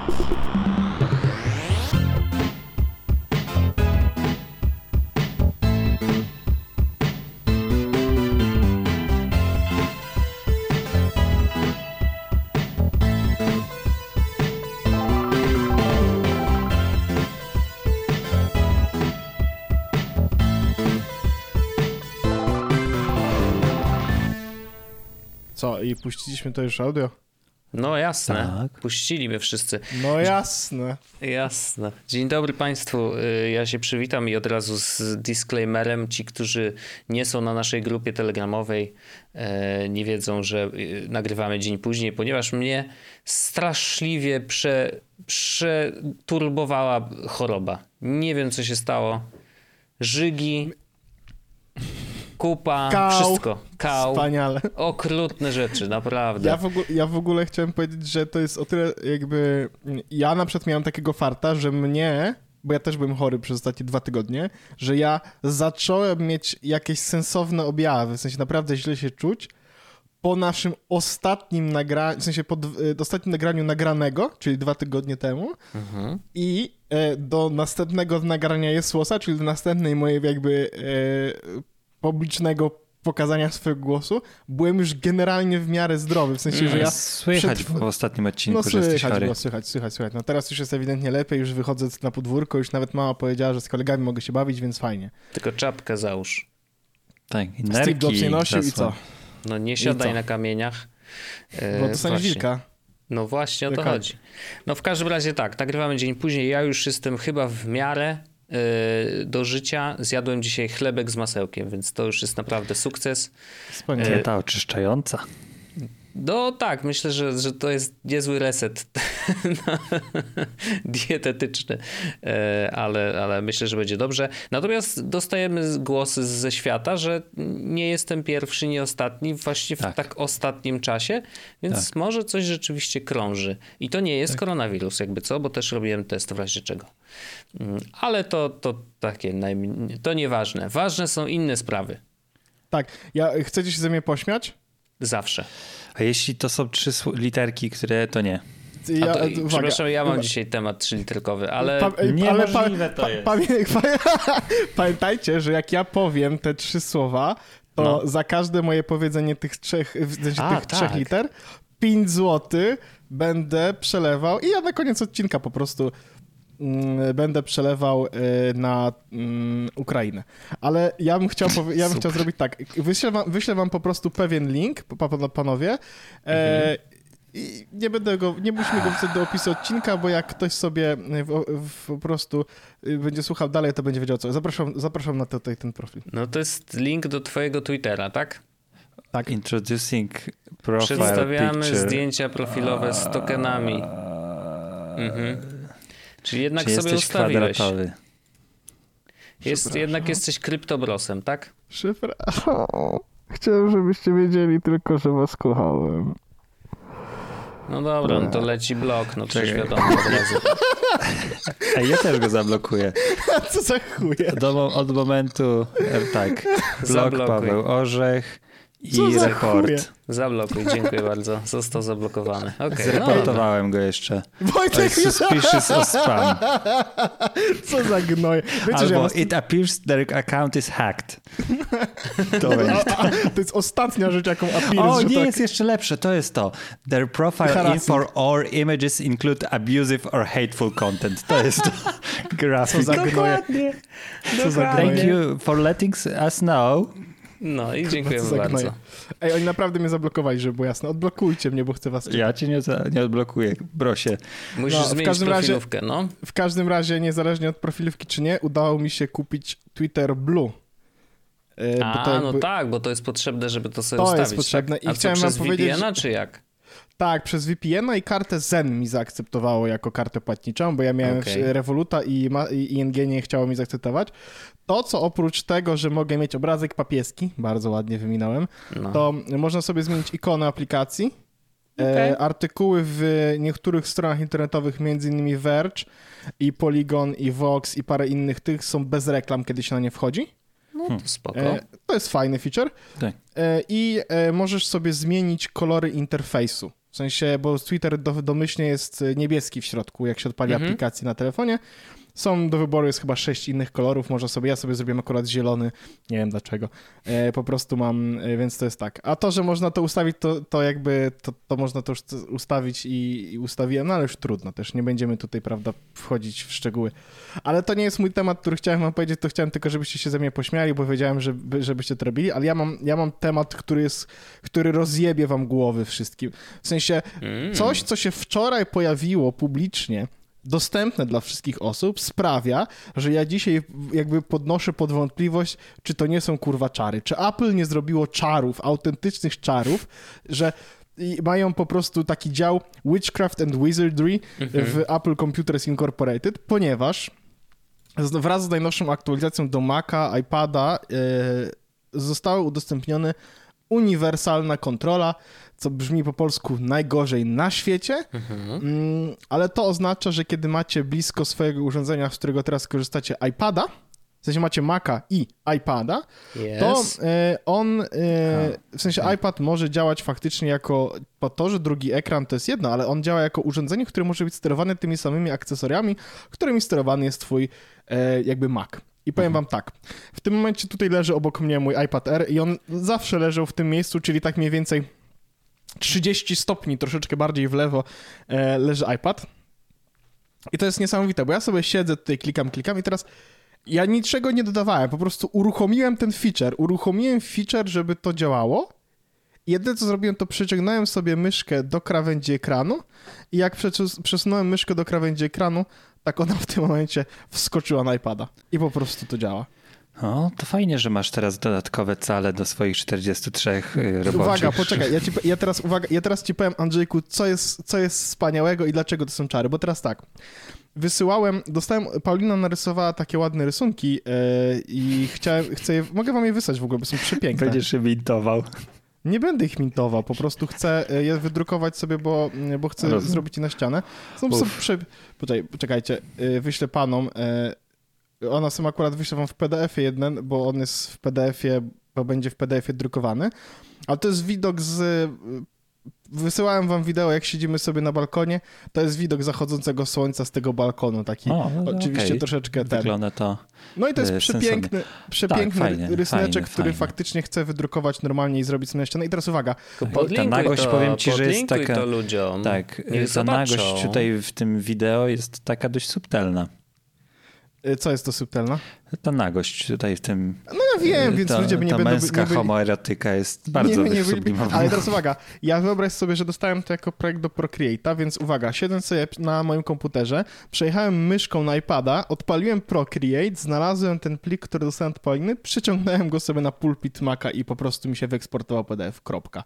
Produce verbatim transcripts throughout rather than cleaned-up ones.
Co, i puściliśmy to już audio? No jasne, Tak. puściliby wszyscy. No jasne. Jasne. Dzień dobry Państwu, ja się przywitam i od razu z disclaimerem. Ci, którzy nie są na naszej grupie telegramowej, nie wiedzą, że nagrywamy dzień później, ponieważ mnie straszliwie prze, przeturbowała choroba. Nie wiem, co się stało. Żygi, kupa, Kał. wszystko. Kał. Wspaniale. Okrutne rzeczy, naprawdę. Ja w, ogóle, ja w ogóle chciałem powiedzieć, że to jest o tyle jakby... Ja na przykład miałem takiego farta, że mnie, bo ja też byłem chory przez ostatnie dwa tygodnie, że ja zacząłem mieć jakieś sensowne objawy, w sensie naprawdę źle się czuć, po naszym ostatnim nagraniu, w sensie po d- ostatnim nagraniu nagranego, czyli dwa tygodnie temu, Mhm. i e, do następnego nagrania Jesłosa, czyli do następnej mojej jakby e, publicznego pokazania swojego głosu, byłem już generalnie w miarę zdrowy, w sensie, że ja... Słychać przed- w ostatnim odcinku, No że jesteś słychać chory. było, słychać, słychać, słychać. No teraz już jest ewidentnie lepiej, już wychodzę na podwórko, już nawet mama powiedziała, że z kolegami mogę się bawić, więc fajnie. Tylko czapkę załóż. Tak, i Steve Jobs nerki nie nosił i zasłon. co? No nie siadaj co? na kamieniach. E, Bo dostaniesz właśnie. wilka. No właśnie o to Jaka- chodzi. No w każdym razie tak, nagrywamy dzień później. Ja już jestem chyba w miarę e, do życia. Zjadłem dzisiaj chlebek z masełkiem, więc to już jest naprawdę sukces. Wspaniale. Dieta oczyszczająca. No tak, myślę, że, że to jest niezły reset dietetyczny, E, ale, ale myślę, że będzie dobrze. Natomiast dostajemy głosy ze świata, że nie jestem pierwszy, nie ostatni, właśnie w tak, Tak. ostatnim czasie, więc Tak. może coś rzeczywiście krąży. I to nie jest koronawirus, jakby co, bo też robiłem test w razie czego. Mm, Ale to, to takie, najmniej, to nieważne. Ważne są inne sprawy. Tak, ja, chcecie się ze mnie pośmiać? Zawsze. A jeśli to są trzy sł- literki, które to nie. Ja, A to, uwaga, przepraszam, ja mam uwaga. dzisiaj temat trzyliterkowy, ale... Pa- ej, ale Niemożliwe to jest. pamię- pa- Pamiętajcie, że jak ja powiem te trzy słowa, to No. za każde moje powiedzenie tych trzech, w sensie A, tych trzech tak. liter, pięć złotych będę przelewał i ja na koniec odcinka po prostu mm, będę przelewał y, na mm, Ukrainę. Ale ja bym chciał, powie- ja bym Super. chciał zrobić tak. Wyślę wam, wyślę wam po prostu pewien link, pa- pa- panowie. E, I nie będę go, nie musimy go wpisać do opisu odcinka, bo jak ktoś sobie w, w, po prostu y, będzie słuchał dalej, to będzie wiedział co. Zapraszam, zapraszam na tutaj ten profil. No to jest link do twojego Twittera, tak? Tak. Introducing profile Przedstawiamy picture. zdjęcia profilowe z tokenami. Mhm. Czyli jednak Czy sobie jesteś ustawiłeś. kwadratowy? Jest, jednak jesteś kryptobrosem, tak? Szyfra. Chciałem, żebyście wiedzieli tylko, że was kochałem. No dobra, no to leci blok, no przecież Czekaj. wiadomo od razu. Ej, ja też go zablokuję. Co za chuje? Do, mo- od momentu, e, tak, blog Zablokuj. Paweł Orzech i Co za chuje? report. Zablokuj, dziękuję bardzo. Został zablokowany. Okay, no dobra. Zreportowałem go jeszcze. Wojtek, Suspicious of spam. co za gnoj. Wiecie, że ja Albo was... it appears their account is hacked. To będzie. a, a, to jest ostatnia rzecz, jaką Appears, O, że nie, tak... jest jeszcze lepsze, to jest to. Their profile Harassing. info or images include abusive or hateful content. To jest to. Co Graphic. za gnoje. Co za Thank gnoje. you for letting us know. No i Co dziękujemy za bardzo. gnoje. Ej, oni naprawdę mnie zablokowali, żeby było jasne. Odblokujcie mnie, bo chcę was... Ja cię nie, za- nie odblokuję, brosie. Musisz No, w zmienić każdym razie- profilówkę, no. W każdym razie, niezależnie od profilówki czy nie, udało mi się kupić Twitter Blue. E, A, bo to no jakby- tak, bo to jest potrzebne, żeby to sobie To jest ustawić. potrzebne tak? i A co, chciałem wam przez powiedzieć, V P N-a, czy jak? Tak, przez V P N-a i kartę Zen mi zaakceptowało jako kartę płatniczą, bo ja miałem Okej. Revoluta i, ma- i I N G nie chciało mi zaakceptować. To, co oprócz tego, że mogę mieć obrazek papieski, bardzo ładnie wyminąłem, No. to można sobie zmienić ikonę aplikacji. Okej. E, artykuły w niektórych stronach internetowych, między innymi Verge i Polygon i Vox i parę innych tych są bez reklam, kiedy się na nie wchodzi. No to spoko. E, to jest fajny feature. Tak. E, I e, możesz sobie zmienić kolory interfejsu. W sensie, bo Twitter do, domyślnie jest niebieski w środku, jak się odpali Mhm. aplikację na telefonie. Są do wyboru, jest chyba sześć innych kolorów, może sobie, ja sobie zrobiłem akurat zielony, nie wiem dlaczego. E, po prostu mam, e, więc to jest tak. A to, że można to ustawić, to, to jakby, to, to można to już ustawić i, i ustawiłem, no ale już trudno też, nie będziemy tutaj, prawda, wchodzić w szczegóły. Ale to nie jest mój temat, który chciałem wam powiedzieć, to chciałem tylko, żebyście się ze mnie pośmiali, bo wiedziałem, żeby, żebyście to robili, ale ja mam, ja mam temat, który jest, który rozjebie wam głowy wszystkim. W sensie, Mm. coś, co się wczoraj pojawiło publicznie, dostępne dla wszystkich osób, sprawia, że ja dzisiaj jakby podnoszę pod wątpliwość, czy to nie są kurwa czary. Czy Apple nie zrobiło czarów, autentycznych czarów, że i mają po prostu taki dział Witchcraft and Wizardry Mhm. w Apple Computers Incorporated, ponieważ z- wraz z najnowszą aktualizacją do Maca, iPada yy, została udostępniona uniwersalna kontrola, co brzmi po polsku najgorzej na świecie, Mhm. mm, ale to oznacza, że kiedy macie blisko swojego urządzenia, z którego teraz korzystacie, iPada, w sensie macie Maca i iPada, to Yes. e, on, e, w sensie iPad może działać faktycznie jako, po to, że drugi ekran to jest jedno, ale on działa jako urządzenie, które może być sterowane tymi samymi akcesoriami, którymi sterowany jest twój e, jakby Mac. I powiem wam tak, w tym momencie tutaj leży obok mnie mój iPad Air i on zawsze leżał w tym miejscu, czyli tak mniej więcej trzydzieści stopni, troszeczkę bardziej w lewo e, leży iPad. I to jest niesamowite, bo ja sobie siedzę tutaj, klikam, klikam i teraz ja niczego nie dodawałem, po prostu uruchomiłem ten feature, uruchomiłem feature, żeby to działało. I jedyne co zrobiłem, to przyciągnąłem sobie myszkę do krawędzi ekranu i jak przesus- przesunąłem myszkę do krawędzi ekranu, tak ona w tym momencie wskoczyła na iPada i po prostu to działa. O, to fajnie, że masz teraz dodatkowe cale do swoich czterdziestu trzech y, roboczych. Uwaga, poczekaj, ja, ci, ja, teraz, uwaga, ja teraz ci powiem, Andrzejku, co jest, co jest wspaniałego i dlaczego to są czary, bo teraz tak, wysyłałem, dostałem, Paulina narysowała takie ładne rysunki yy, i chciałem, chcę je, mogę wam je wysłać w ogóle, bo są przepiękne. Będziesz je mintował. Nie będę ich mintował, po prostu chcę je wydrukować sobie, bo, bo chcę Rozumiem. zrobić je na ścianę. Są, są prze... Poczekaj, poczekajcie, yy, wyślę panom, yy, ona sam akurat wyślę wam w P D F-ie jeden, bo on jest w P D F-ie, bo będzie w P D F-ie drukowany, ale to jest widok z... Wysyłałem wam wideo, jak siedzimy sobie na balkonie, to jest widok zachodzącego słońca z tego balkonu, taki O, no, oczywiście okej. troszeczkę ten. Wygląda to... No i to jest y, przepiękny, przepiękny Tak, fajnie, rysuneczek, fajnie, który fajnie. faktycznie chcę wydrukować normalnie i zrobić sobie na ścianę. I teraz uwaga, Podlinkuj ta nagość, to, powiem ci, że jest podlinkuj taka- to ludziom. Tak, Niech ta zobaczą. nagość tutaj w tym wideo jest taka dość subtelna. y, co jest to subtelna? Ta nagość tutaj w tym... No ja wiem, więc ta, ludzie by nie ta będą... męska nie byli, homoerotyka jest bardzo nie, nie byli, wysublimowana. ale teraz uwaga, ja wyobraź sobie, że dostałem to jako projekt do Procreate'a, więc uwaga, siedząc sobie na moim komputerze, przejechałem myszką na iPada, odpaliłem Procreate, znalazłem ten plik, który dostałem od Pauliny, przyciągnąłem go sobie na pulpit Maca i po prostu mi się wyeksportował P D F, kropka.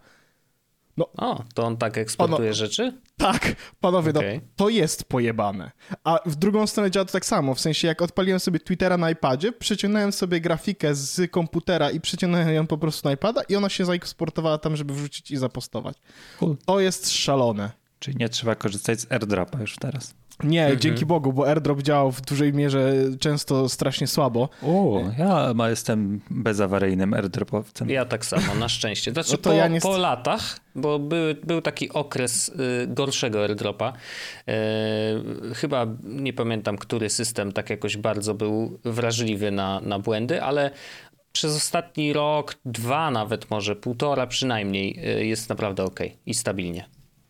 O, to on tak eksportuje Ono- rzeczy? Tak, panowie, Okej. no, to jest pojebane. A w drugą stronę działa to tak samo, w sensie jak odpaliłem sobie Twittera na iPadzie, przyciągnąłem sobie grafikę z komputera i przyciągnąłem ją po prostu na iPada i ona się zaeksportowała tam, żeby wrzucić i zapostować. Cool. To jest szalone. Czyli nie trzeba korzystać z AirDropa już teraz. Nie, Mhm. dzięki Bogu, bo AirDrop działał w dużej mierze często strasznie słabo. O, ja ma- jestem bezawaryjnym AirDropowcem. Ja tak samo, na szczęście. Znaczy No to po, ja nie- po latach, bo był, był taki okres y, gorszego airdropa. Y, chyba nie pamiętam, który system tak jakoś bardzo był wrażliwy na, na błędy, ale przez ostatni rok, dwa nawet może, półtora przynajmniej y, jest naprawdę okej i stabilnie.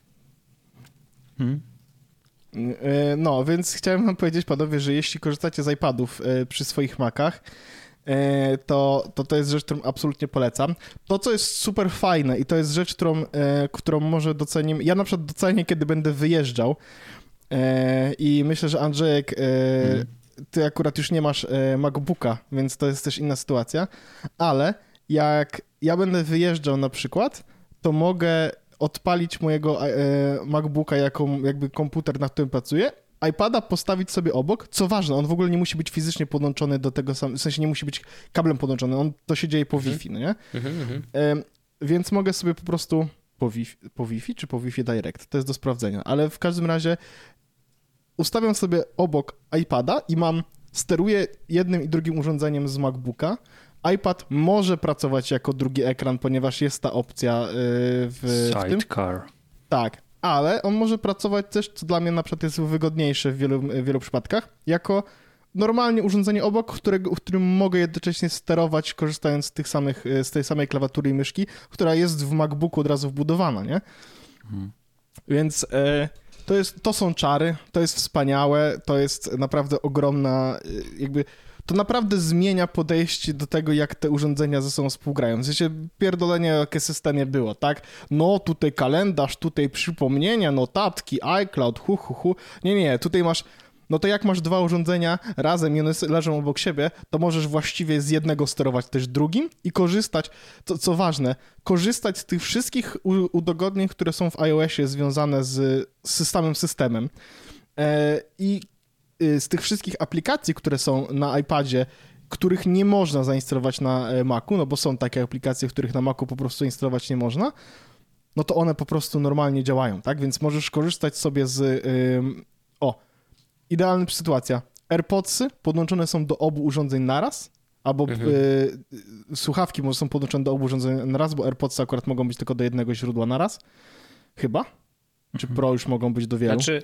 Hmm? Yy, No, więc chciałem wam powiedzieć, panowie, że jeśli korzystacie z iPadów yy, przy swoich Macach, yy, to, to to jest rzecz, którą absolutnie polecam. To, co jest super fajne i to jest rzecz, którą, yy, którą może docenimy, ja na przykład docenię, kiedy będę wyjeżdżał yy, i myślę, że Andrzejek, yy, Mhm. ty akurat już nie masz yy, MacBooka, więc to jest też inna sytuacja, ale jak ja będę wyjeżdżał na przykład, to mogę odpalić mojego e, MacBooka jako jakby komputer, na którym pracuję, iPada postawić sobie obok, co ważne, on w ogóle nie musi być fizycznie podłączony do tego samego, w sensie nie musi być kablem podłączony, on to się dzieje po Mhm. Wi-Fi, no nie? Mhm, mhm. E, więc mogę sobie po prostu po Wi-Fi, po Wi-Fi czy po Wi-Fi Direct, to jest do sprawdzenia, ale w każdym razie ustawiam sobie obok iPada i mam, steruję jednym i drugim urządzeniem z MacBooka. iPad może pracować jako drugi ekran, ponieważ jest ta opcja yy, w, w tym. Sidecar. Tak, ale on może pracować też, co dla mnie na przykład jest wygodniejsze w wielu, w wielu przypadkach, jako normalnie urządzenie obok, którego, w którym mogę jednocześnie sterować, korzystając z tych samych, z tej samej klawatury i myszki, która jest w MacBooku od razu wbudowana, nie? Hmm. Więc e, to, jest, to są czary, to jest wspaniałe, to jest naprawdę ogromna, jakby, to naprawdę zmienia podejście do tego, jak te urządzenia ze sobą współgrają. W sensie pierdolenie, jakie systemie było, tak? No, tutaj kalendarz, tutaj przypomnienia, notatki, iCloud, hu, hu, hu. Nie, nie, tutaj masz, no to jak masz dwa urządzenia razem i one leżą obok siebie, to możesz właściwie z jednego sterować też drugim i korzystać, to, co ważne, korzystać z tych wszystkich u- udogodnień, które są w iOSie związane z, z samym systemem. E, I z tych wszystkich aplikacji, które są na iPadzie, których nie można zainstalować na Macu, no bo są takie aplikacje, których na Macu po prostu instalować nie można, no to one po prostu normalnie działają, tak? Więc możesz korzystać sobie z... Ym, o, idealna sytuacja. AirPodsy podłączone są do obu urządzeń naraz, albo mhm. y, słuchawki może są podłączone do obu urządzeń naraz, bo AirPodsy akurat mogą być tylko do jednego źródła naraz. Chyba? Czy Pro już mogą być do wielu? Znaczy,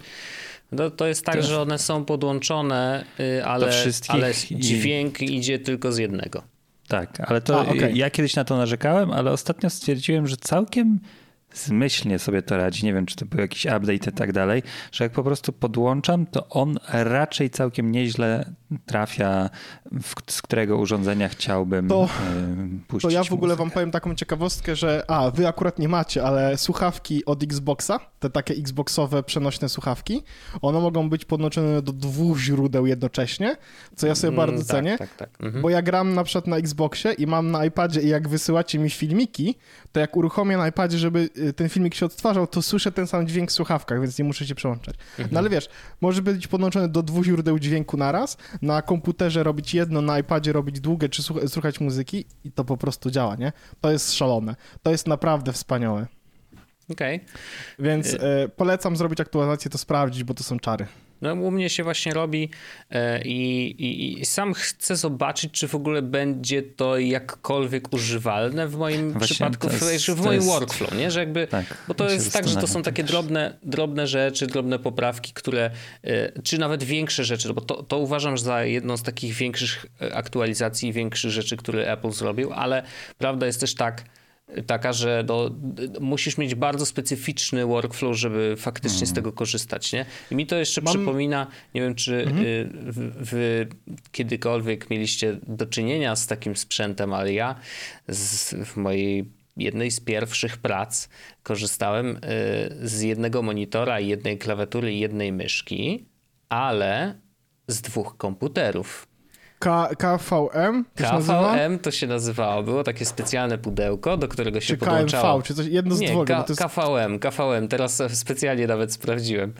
no to jest tak, to... że one są podłączone, ale, ale dźwięk i... idzie tylko z jednego. Tak, ale to A, okay. ja kiedyś na to narzekałem, ale ostatnio stwierdziłem, że całkiem zmyślnie sobie to radzi. Nie wiem, czy to był jakiś update i tak dalej, że jak po prostu podłączam, to on raczej całkiem nieźle trafia, w, z którego urządzenia chciałbym to, y, puścić To ja w ogóle muzykę. wam powiem taką ciekawostkę, że a, wy akurat nie macie, ale słuchawki od Xboxa, te takie Xboxowe przenośne słuchawki, one mogą być podłączone do dwóch źródeł jednocześnie, co ja sobie mm, bardzo tak, cenię, tak, tak. Mhm. Bo ja gram na przykład na Xboxie i mam na iPadzie i jak wysyłacie mi filmiki, to jak uruchomię na iPadzie, żeby ten filmik się odtwarzał, to słyszę ten sam dźwięk w słuchawkach, więc nie muszę się przełączać. Mhm. No ale wiesz, może być podłączony do dwóch źródeł dźwięku naraz, na komputerze robić jedno, na iPadzie robić długie, czy słuch- słuchać muzyki i to po prostu działa, nie? To jest szalone. To jest naprawdę wspaniałe. Okej. Okay. Więc y- e, polecam zrobić aktualizację, to sprawdzić, bo to są czary. No u mnie się właśnie robi e, i, i, i sam chcę zobaczyć, czy w ogóle będzie to jakkolwiek używalne w moim właśnie przypadku, jest, w, w moim jest... workflow, nie? Że jakby, tak, bo to jest tak, że to są takie drobne, drobne rzeczy, drobne poprawki, które, e, czy nawet większe rzeczy, bo to, to uważam za jedną z takich większych aktualizacji, większych rzeczy, które Apple zrobił, ale prawda jest też tak, taka, że no, musisz mieć bardzo specyficzny workflow, żeby faktycznie mm. z tego korzystać, nie? I mi to jeszcze Mam... przypomina, nie wiem, czy mm-hmm. wy, wy kiedykolwiek mieliście do czynienia z takim sprzętem, ale ja z, w mojej jednej z pierwszych prac korzystałem z jednego monitora, jednej klawatury i jednej myszki, ale z dwóch komputerów. K- KVM? To K V M to się nazywało. Było takie specjalne pudełko, do którego się czy podłączało. K M V, czy coś, jedno z Nie, dwojga. K- to jest... K V M, K V M. Teraz specjalnie nawet sprawdziłem.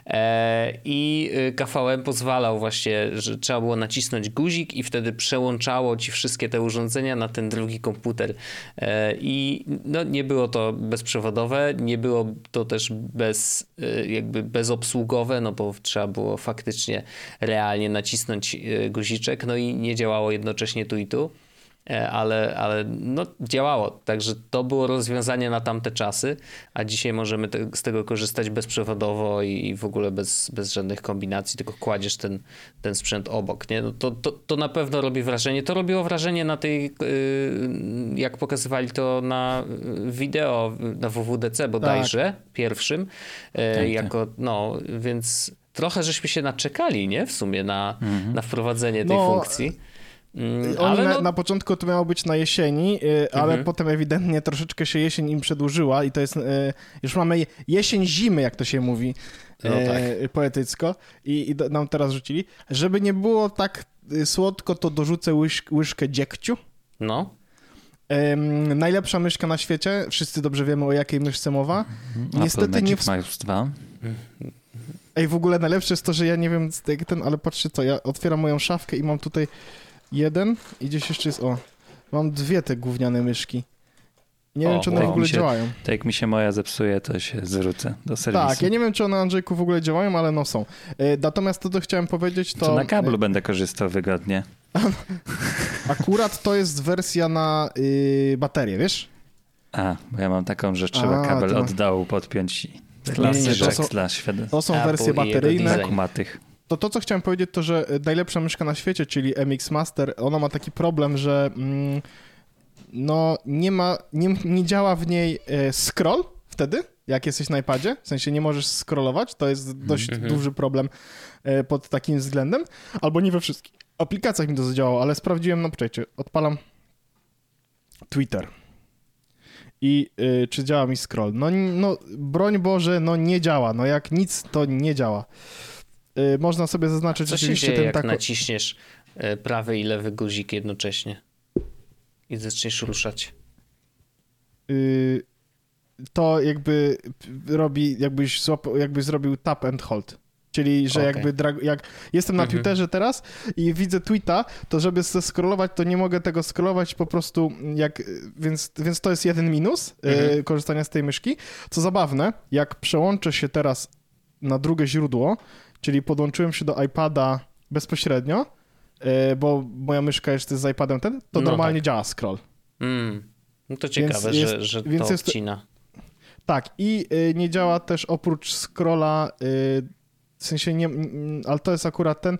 E, I K V M pozwalał właśnie, że trzeba było nacisnąć guzik i wtedy przełączało ci wszystkie te urządzenia na ten drugi komputer. E, I no, nie było to bezprzewodowe, nie było to też bez, jakby bezobsługowe, no bo trzeba było faktycznie realnie nacisnąć guziczek. No i nie działało jednocześnie tu i tu, ale, ale no działało. Także to było rozwiązanie na tamte czasy, a dzisiaj możemy te, z tego korzystać bezprzewodowo i w ogóle bez, bez żadnych kombinacji, tylko kładziesz ten, ten sprzęt obok. Nie? No to, to, to na pewno robi wrażenie. To robiło wrażenie na tej, jak pokazywali to na wideo na W W D C bodajże, tak. pierwszym, tak, jako, no więc trochę żeśmy się naczekali, nie? W sumie na, mhm. na wprowadzenie tej no, funkcji. Mm, ale na, no... na początku to miało być na jesieni, yy, ale mhm. potem ewidentnie troszeczkę się jesień im przedłużyła i to jest, yy, już mamy jesień zimy, jak to się mówi yy, no tak. poetycko i, i do, nam teraz rzucili. Żeby nie było tak słodko, to dorzucę łyż, łyżkę dziegciu. No. Yy, najlepsza myszka na świecie, wszyscy dobrze wiemy, o jakiej myszce mowa. Apple Niestety Magic nie... W... Mouse dwa. Ej, w ogóle najlepsze jest to, że ja nie wiem ten, ale patrzcie co, ja otwieram moją szafkę i mam tutaj jeden i gdzieś jeszcze jest, o, mam dwie te gówniane myszki. Nie o, wiem, czy one w ogóle się, działają. Tak jak mi się moja zepsuje, to się zwrócę do serwisu. Tak, ja nie wiem, czy one, Andrzejku, w ogóle działają, ale no są. Natomiast to, co chciałem powiedzieć, to... To na kablu będę korzystał wygodnie. Akurat to jest wersja na yy, baterię, wiesz? A, bo ja mam taką, że trzeba A, kabel to... od dołu podpiąć. Klasyczek to są, dla świat... to są wersje bateryjne. To to, co chciałem powiedzieć, to że najlepsza myszka na świecie, czyli M X Master, ona ma taki problem, że mm, no nie ma, nie, nie działa w niej e, scroll wtedy, jak jesteś na iPadzie, w sensie nie możesz scrollować, to jest dość mm-hmm. duży problem e, pod takim względem, albo nie we wszystkich aplikacjach mi to zadziałało, ale sprawdziłem, no poczekajcie, odpalam Twitter i y, czy działa mi scroll. No, no broń Boże, no nie działa, no jak nic to nie działa. Y, można sobie zaznaczyć co oczywiście się dzieje, ten jak tak... naciśniesz prawy i lewy guzik jednocześnie i zaczniesz ruszać? Y, to jakby robi, jakbyś, złap, jakbyś zrobił tap and hold. Czyli, że okay. jakby, drag- jak jestem na mhm. Twitterze teraz i widzę tweeta, to żeby scrollować, to nie mogę tego scrollować po prostu jak, więc, więc to jest jeden minus mhm. y, korzystania z tej myszki. Co zabawne, jak przełączę się teraz na drugie źródło, czyli podłączyłem się do iPada bezpośrednio, y, bo moja myszka jeszcze z iPadem ten, to no normalnie tak. działa scroll. Mm. No to ciekawe, więc że, jest, że więc to odcina. Tak, i y, nie działa też oprócz scrolla y, w sensie nie, ale to jest akurat ten,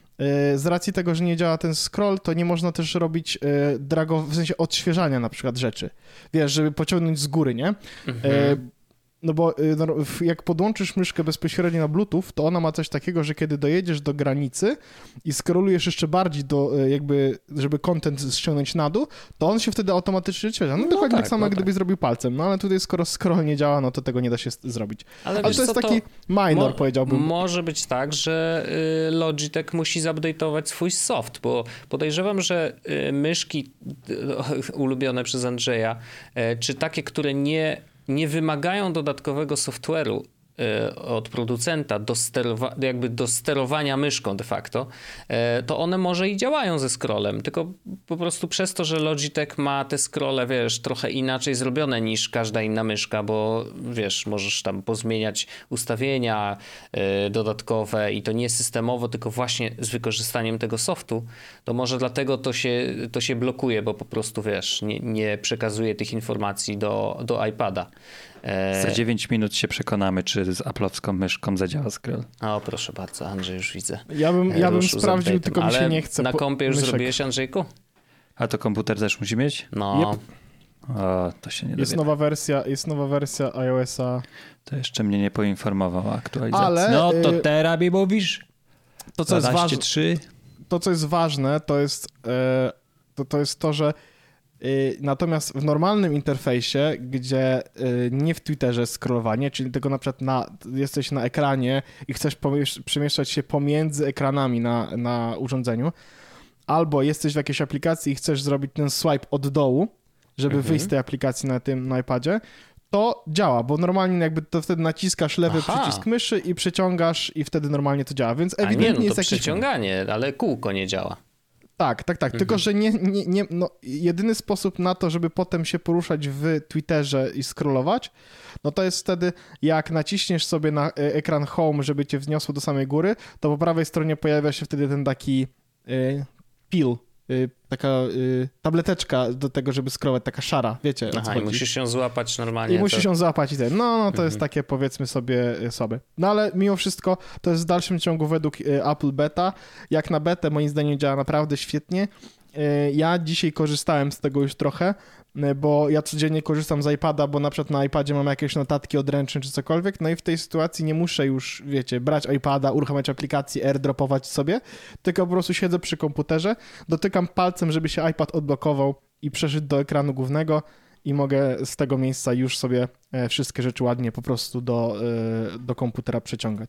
z racji tego, że nie działa ten scroll, to nie można też robić drago, w sensie odświeżania na przykład rzeczy. Wiesz, żeby pociągnąć z góry, nie? Mhm. No bo jak podłączysz myszkę bezpośrednio na Bluetooth, to ona ma coś takiego, że kiedy dojedziesz do granicy i scrollujesz jeszcze bardziej do jakby, żeby content ściągnąć na dół, to on się wtedy automatycznie odświeża. No, no dokładnie tak, tak samo, no gdybyś tak. zrobił palcem. No ale tutaj skoro scroll nie działa, no to tego nie da się zrobić. Ale, ale to jest co, taki to minor, mo- powiedziałbym. Może być tak, że Logitech musi zupdate'ować swój soft, bo podejrzewam, że myszki ulubione przez Andrzeja, czy takie, które nie nie wymagają dodatkowego software'u y, od producenta do, sterowa- jakby do sterowania myszką de facto, y, to one może i działają ze scrollem, tylko po prostu przez to, że Logitech ma te scrolle, wiesz, trochę inaczej zrobione niż każda inna myszka, bo wiesz, możesz tam pozmieniać ustawienia y, dodatkowe i to nie systemowo, tylko właśnie z wykorzystaniem tego softu, to może dlatego to się, to się blokuje, bo po prostu, wiesz, nie, nie przekazuje tych informacji do, do iPada. Za dziewięć minut się przekonamy, czy z aplowską myszką zadziała scroll. O, proszę bardzo, Andrzej, już widzę. Ja bym, ja bym sprawdził, tylko mi się nie chce. Na kompie już myszek. zrobiłeś, Andrzejku? A to komputer też musi mieć? No. Yep. O, to się nie jest nowa wersja, jest nowa wersja iOS-a. To jeszcze mnie nie poinformował o aktualizacji. Ale, no to teraz mi mówisz? To, co jest ważne, to, co jest ważne, to jest, to, to jest to, że natomiast w normalnym interfejsie, gdzie nie w Twitterze scrollowanie, czyli tylko na przykład na, jesteś na ekranie i chcesz przemieszczać się pomiędzy ekranami na, na urządzeniu, albo jesteś w jakiejś aplikacji i chcesz zrobić ten swipe od dołu, żeby mhm. wyjść z tej aplikacji na tym na iPadzie, to działa, bo normalnie jakby to wtedy naciskasz lewy Aha. przycisk myszy i przeciągasz i wtedy normalnie to działa, więc ewidentnie A nie, no to jest jakiś... przeciąganie, ale kółko nie działa. Tak, tak, tak, mhm. tylko że nie, nie, nie, no, jedyny sposób na to, żeby potem się poruszać w Twitterze i scrollować, no to jest wtedy, jak naciśniesz sobie na ekran home, żeby cię wzniosło do samej góry, to po prawej stronie pojawia się wtedy ten taki y, pil, y, taka y, tableteczka do tego, żeby scrollować, taka szara, wiecie. Aha, i musisz się złapać normalnie. I musisz to... się złapać i ten, no, no to mhm. jest takie, powiedzmy sobie, słabe. No ale mimo wszystko to jest w dalszym ciągu według y, Apple beta. Jak na betę moim zdaniem działa naprawdę świetnie. Y, ja dzisiaj korzystałem z tego już trochę, y, bo ja codziennie korzystam z iPada, bo na przykład na iPadzie mam jakieś notatki odręczne czy cokolwiek, no i w tej sytuacji nie muszę już, wiecie, brać iPada, uruchamiać aplikacji, airdropować sobie, tylko po prostu siedzę przy komputerze, dotykam palcem, żeby się iPad odblokował i przeszedł do ekranu głównego i mogę z tego miejsca już sobie wszystkie rzeczy ładnie po prostu do, do komputera przeciągać.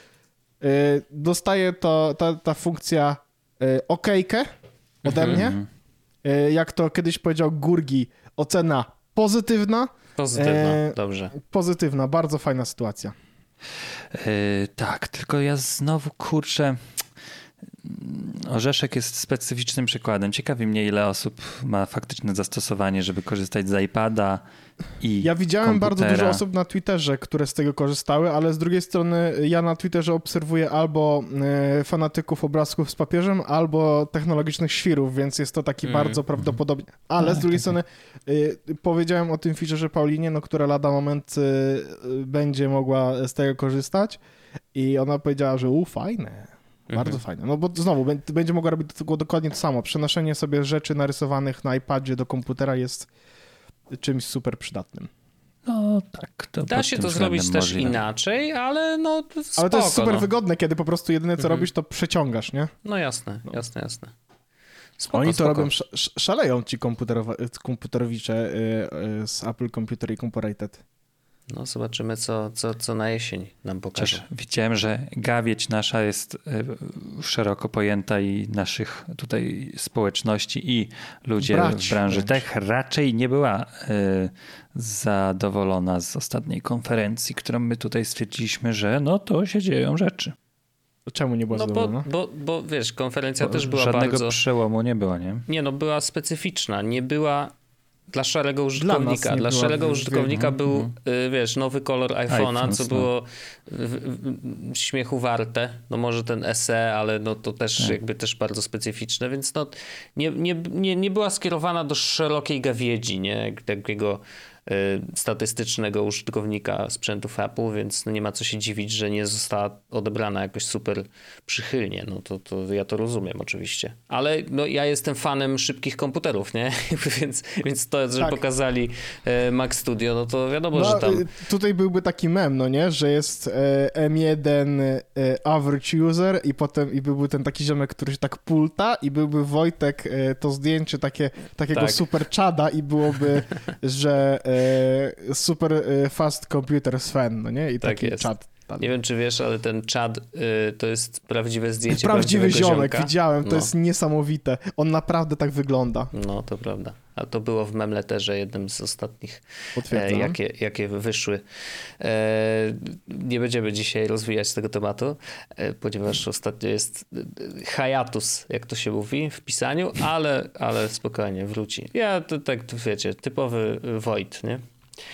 Dostaje to, ta, ta funkcja okejkę ode mnie. Mhm. Jak to kiedyś powiedział Gurgi, ocena pozytywna. Pozytywna, e, dobrze. Pozytywna, bardzo fajna sytuacja. Yy, tak, tylko ja znowu kurczę, Orzeszek jest specyficznym przykładem. Ciekawi mnie, ile osób ma faktyczne zastosowanie, żeby korzystać z iPada i Ja widziałem komputera. bardzo dużo osób na Twitterze, które z tego korzystały, ale z drugiej strony ja na Twitterze obserwuję albo e, fanatyków obrazków z papieżem, albo technologicznych świrów, więc jest to taki mm. bardzo prawdopodobnie. Ale tak, z drugiej tak. strony e, powiedziałem o tym featureze Paulinie, no, która lada moment e, będzie mogła z tego korzystać i ona powiedziała, że u, fajne. Bardzo mhm. fajne. No bo znowu, będzie mogła robić dokładnie to samo. Przenoszenie sobie rzeczy narysowanych na iPadzie do komputera jest czymś super przydatnym. No tak. To da się to zrobić też możliwe. Inaczej, ale no spoko, Ale to jest super no. wygodne, kiedy po prostu jedyne co mhm. robisz, to przeciągasz, nie? No jasne, jasne, jasne. Spoko, Oni to spoko. robią, sz- szaleją ci komputerowicze z Apple Computer Incorporated. No zobaczymy, co, co, co na jesień nam pokaże. Chociaż widziałem, że gawieć nasza jest szeroko pojęta i naszych tutaj społeczności i ludzie Brać, w branży tech raczej nie była y, zadowolona z ostatniej konferencji, którą my tutaj stwierdziliśmy, że no to się dzieją rzeczy. Czemu nie była no zadowolona? Bo, bo, bo wiesz, konferencja bo też była żadnego bardzo... Żadnego przełomu nie było, nie? Nie, no była specyficzna, nie była... Dla szarego użytkownika. Dla, Dla szarego w, użytkownika w, był, mhm. wiesz, nowy kolor iPhone'a, iPhone, co było w, w, śmiechu warte. No może ten S E, ale no to też tak. jakby też bardzo specyficzne, więc no nie, nie, nie, nie była skierowana do szerokiej gawiedzi, nie? Takiego y, statystycznego użytkownika sprzętów Apple, więc no nie ma co się dziwić, że nie została odebrana jakoś super przychylnie. No to, to ja to rozumiem oczywiście. Ale no ja jestem fanem szybkich komputerów, nie? więc, więc to, że tak. pokazali e, Mac Studio, no to wiadomo, no, że tam... Tutaj byłby taki mem, no nie? Że jest e, M jeden e, average user i potem i byłby ten taki ziomek, który się tak pulta i byłby Wojtek, e, to zdjęcie takie, takiego tak. super czada i byłoby, że e, super e, fast computers fan, no nie? I tak taki jest. czad. Nie wiem, czy wiesz, ale ten czad y, to jest prawdziwe zdjęcie Prawdziwy ziomek, ziomka. widziałem, to no. jest niesamowite. On naprawdę tak wygląda. No, to prawda. A to było w Memletterze, jednym z ostatnich, e, jakie, jakie wyszły. E, nie będziemy dzisiaj rozwijać tego tematu, e, ponieważ ostatnio jest hiatus, jak to się mówi w pisaniu, ale, ale spokojnie, wróci. Ja to tak, wiecie, typowy Wojt, nie?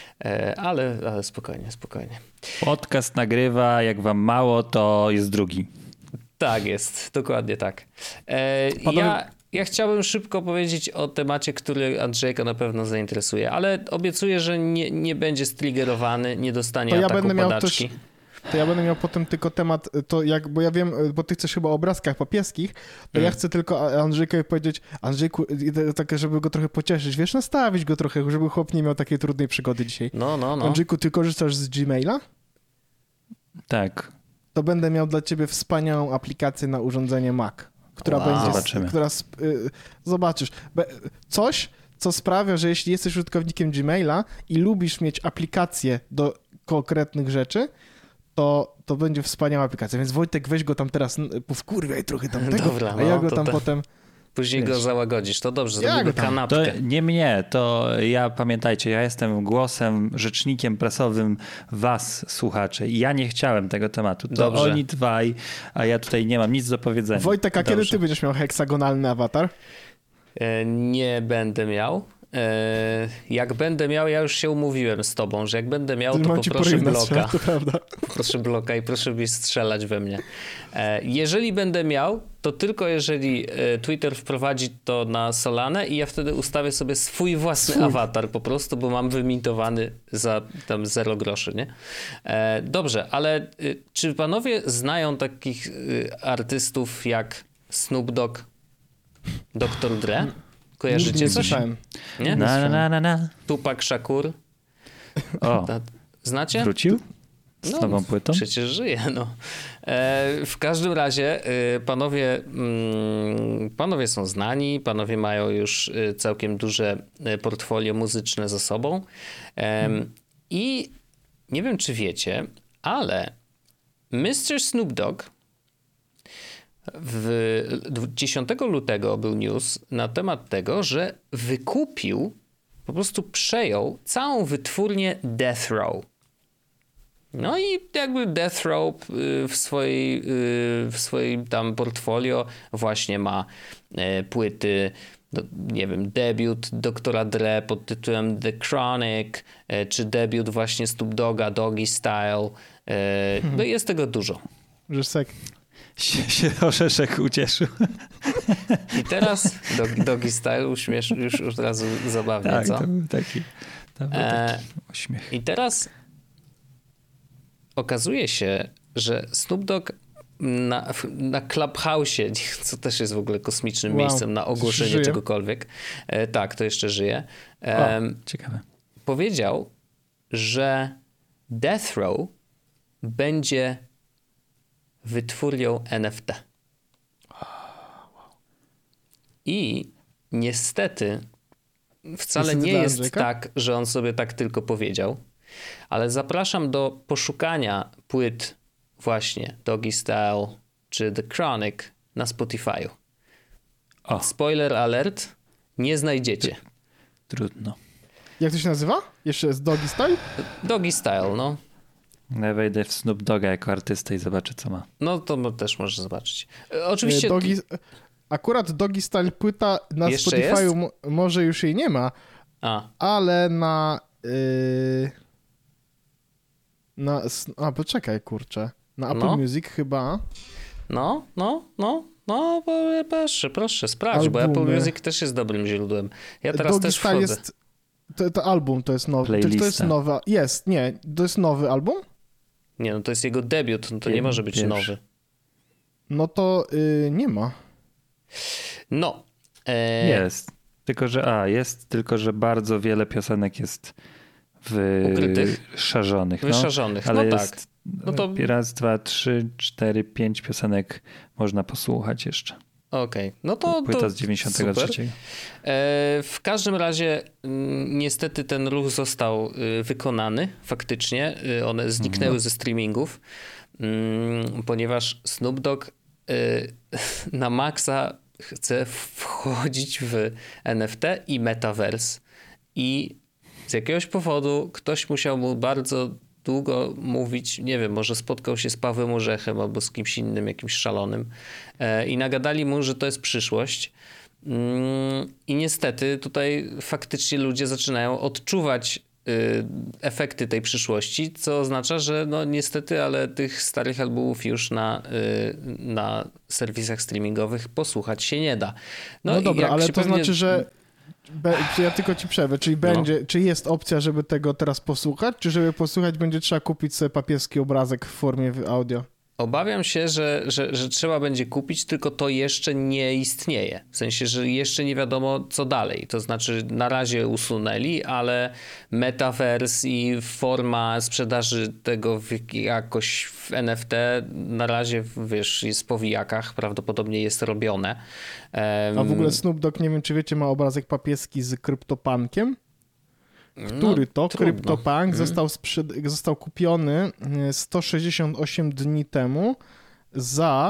Ale, ale spokojnie, spokojnie. Podcast nagrywa, jak wam mało, to jest drugi. Tak jest, dokładnie tak. E, ja, ja chciałbym szybko powiedzieć o temacie, który Andrzejka na pewno zainteresuje, ale obiecuję, że nie, nie będzie striggerowany, nie dostanie to ja ataku będę padaczki. Miał też... To ja będę miał potem tylko temat, to jak, bo ja wiem, bo ty chcesz chyba o obrazkach papieskich, to mm. ja chcę tylko Andrzejkowi powiedzieć, Andrzejku, tak, żeby go trochę pocieszyć, wiesz, nastawić go trochę, żeby chłop nie miał takiej trudnej przygody dzisiaj. No, no, no. Andrzejku, ty korzystasz z Gmaila? Tak. To będę miał dla ciebie wspaniałą aplikację na urządzenie Mac, która wow. będzie... Zobaczymy. Która, y, zobaczysz. Coś, co sprawia, że jeśli jesteś użytkownikiem Gmaila i lubisz mieć aplikację do konkretnych rzeczy, to, to będzie wspaniała aplikacja. Więc Wojtek, weź go tam teraz, powkurwiaj trochę tam tego, Dobra, a ja no, go tam to... potem... Później wiesz, go załagodzisz. To dobrze, zrobimy kanapkę. To nie mnie, to ja, pamiętajcie, ja jestem głosem, rzecznikiem prasowym was, słuchacze, i ja nie chciałem tego tematu. To dobrze. Oni dwaj, a ja tutaj nie mam nic do powiedzenia. Wojtek, a dobrze. Kiedy ty będziesz miał heksagonalny awatar? E, nie będę miał. Jak będę miał, ja już się umówiłem z tobą, że jak będę miał, to poproszę bloka. To prawda. Proszę bloka i proszę mi strzelać we mnie. Jeżeli będę miał, to tylko jeżeli Twitter wprowadzi to na Solanę i ja wtedy ustawię sobie swój własny swój. awatar po prostu, bo mam wymintowany za tam zero groszy, nie? Dobrze, ale czy panowie znają takich artystów jak Snoop Dogg, doktor Dre? Kojarzycie nie coś? Nie? Na, na, na, na. Tupac Shakur. O, znacie? Wrócił? Z no, nową płytą? Przecież żyje, no. E, w każdym razie e, panowie, mm, panowie są znani, panowie mają już całkiem duże portfolio muzyczne za sobą. E, hmm. I nie wiem, czy wiecie, ale mister Snoop Dogg w dziesiątego lutego był news na temat tego, że wykupił, po prostu przejął całą wytwórnię Death Row. No i jakby Death Row w swojej, w swoim tam portfolio właśnie ma płyty, nie wiem, debiut doktora Dre pod tytułem The Chronic, czy debiut właśnie Snoop Dogga, Doggy Style. No i jest tego dużo. Rzeszek. Się, się orzeszek ucieszył. I teraz Doggy, Doggy Style uśmiesz, już od razu zabawnie, tak, co? to był taki, to był taki uśmiech. I teraz okazuje się, że Snoop Dogg na, na Clubhouse'ie, co też jest w ogóle kosmicznym wow. miejscem na ogłoszenie żyje? czegokolwiek. E, tak, to jeszcze żyje. E, o, ciekawe. Powiedział, że Death Row będzie wytwórnią N F T. I niestety wcale nie jest tak, że on sobie tak tylko powiedział, ale zapraszam do poszukania płyt właśnie Doggy Style czy The Chronic na Spotify'u. O. Spoiler alert, nie znajdziecie. Trudno. Jak to się nazywa? Jeszcze jest Doggy Style? Doggy Style, no. Ja wejdę w Snoop Dogga jako artystę i zobaczę, co ma. No to też możesz zobaczyć. Oczywiście... Doggy, akurat Doggy Style płyta na Spotify'u może już jej nie ma, a. ale na... Yy, na a, poczekaj, kurczę. Na Apple no. Music chyba. No, no, no. No, proszę, proszę, sprawdź, Albumy. Bo Apple Music też jest dobrym źródłem. Ja teraz Doggy też Style wchodzę. Jest, to, to album to jest nowy. To, to jest nowy. Jest, nie. To jest nowy album? Nie, no to jest jego debiut, no to nie, nie może być pierwszy. nowy. No to yy, nie ma. No. E... Jest. Tylko, że a, jest, tylko, że bardzo wiele piosenek jest w... ukrytych? Szarzonych. No. Wyszarzonych, ale no jest tak. No to... Raz, dwa, trzy, cztery, pięć piosenek można posłuchać jeszcze. Okej, okay. No to płyta to z dziewięćdziesiątego trzeciego. E, w każdym razie m, niestety ten ruch został y, wykonany faktycznie. Y, one zniknęły mhm. ze streamingów, y, ponieważ Snoop Dogg y, na maksa chce wchodzić w N F T i Metaverse i z jakiegoś powodu ktoś musiał mu bardzo długo mówić, nie wiem, może spotkał się z Pawłem Orzechem albo z kimś innym, jakimś szalonym e, i nagadali mu, że to jest przyszłość. Mm, I niestety tutaj faktycznie ludzie zaczynają odczuwać y, efekty tej przyszłości, co oznacza, że no niestety, ale tych starych albumów już na, y, na serwisach streamingowych posłuchać się nie da. No, no dobra, ale to pewnie... znaczy, że Be, ja tylko ci przerwę, czyli będzie, no. czy jest opcja, żeby tego teraz posłuchać, czy żeby posłuchać będzie trzeba kupić sobie papieski obrazek w formie audio? Obawiam się, że, że, że trzeba będzie kupić, tylko to jeszcze nie istnieje. W sensie, że jeszcze nie wiadomo co dalej. To znaczy na razie usunęli, ale Metaverse i forma sprzedaży tego w, jakoś w N F T na razie, wiesz, jest w powijakach, prawdopodobnie jest robione. Um, A w ogóle Snoop Dogg, nie wiem czy wiecie, ma obrazek papieski z CryptoPunkiem. Który to no, CryptoPunk hmm. został, sprzed... został kupiony sto sześćdziesiąt osiem dni temu za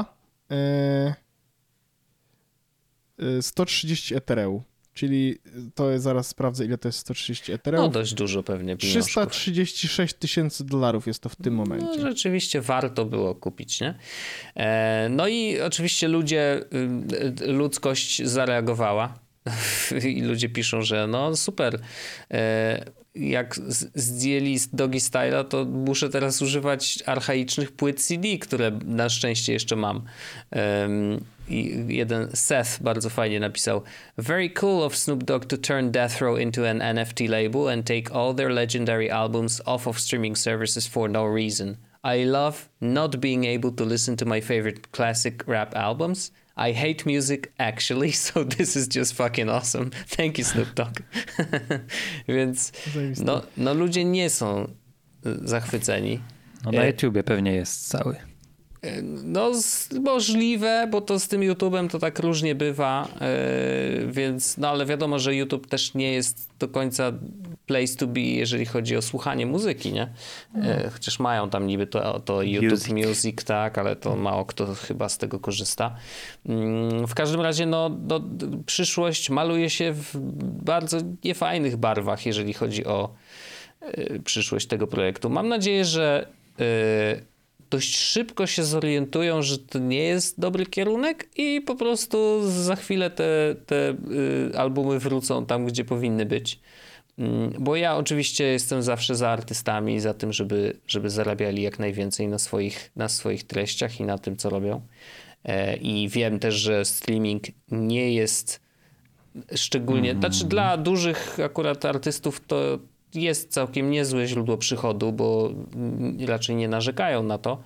yy, sto trzydzieści Ethereum. Czyli to jest, zaraz sprawdzę, ile to jest sto trzydzieści Ethereum. No dość dużo pewnie pieniążków. trzysta trzydzieści sześć tysięcy dolarów jest to w tym momencie. No rzeczywiście warto było kupić, nie? E, no i oczywiście ludzie, ludzkość zareagowała. I ludzie piszą, że no super, jak zdjęli Doggy Style'a, to muszę teraz używać archaicznych płyt C D, które na szczęście jeszcze mam. I jeden Seth bardzo fajnie napisał: Very cool of Snoop Dogg to turn Death Row into an N F T label and take all their legendary albums off of streaming services for no reason. I love not being able to listen to my favorite classic rap albums. I hate music actually, so this is just fucking awesome. Thank you, Snoop Dogg. Więc no, no ludzie nie są zachwyceni. No na YouTubie pewnie jest cały. No możliwe, bo to z tym YouTubem to tak różnie bywa, yy, więc no ale wiadomo, że YouTube też nie jest do końca place to be, jeżeli chodzi o słuchanie muzyki, nie? Yy, chociaż mają tam niby to, to YouTube Music. Music, tak, ale to mało kto chyba z tego korzysta. Yy, w każdym razie no, no przyszłość maluje się w bardzo niefajnych barwach, jeżeli chodzi o yy, przyszłość tego projektu. Mam nadzieję, że dość szybko się zorientują, że to nie jest dobry kierunek i po prostu za chwilę te, te albumy wrócą tam, gdzie powinny być. Bo ja oczywiście jestem zawsze za artystami, za tym, żeby, żeby zarabiali jak najwięcej na swoich, na swoich treściach i na tym, co robią. I wiem też, że streaming nie jest szczególnie... Mm. Znaczy dla dużych akurat artystów to jest całkiem niezłe źródło przychodu, bo raczej nie narzekają na to,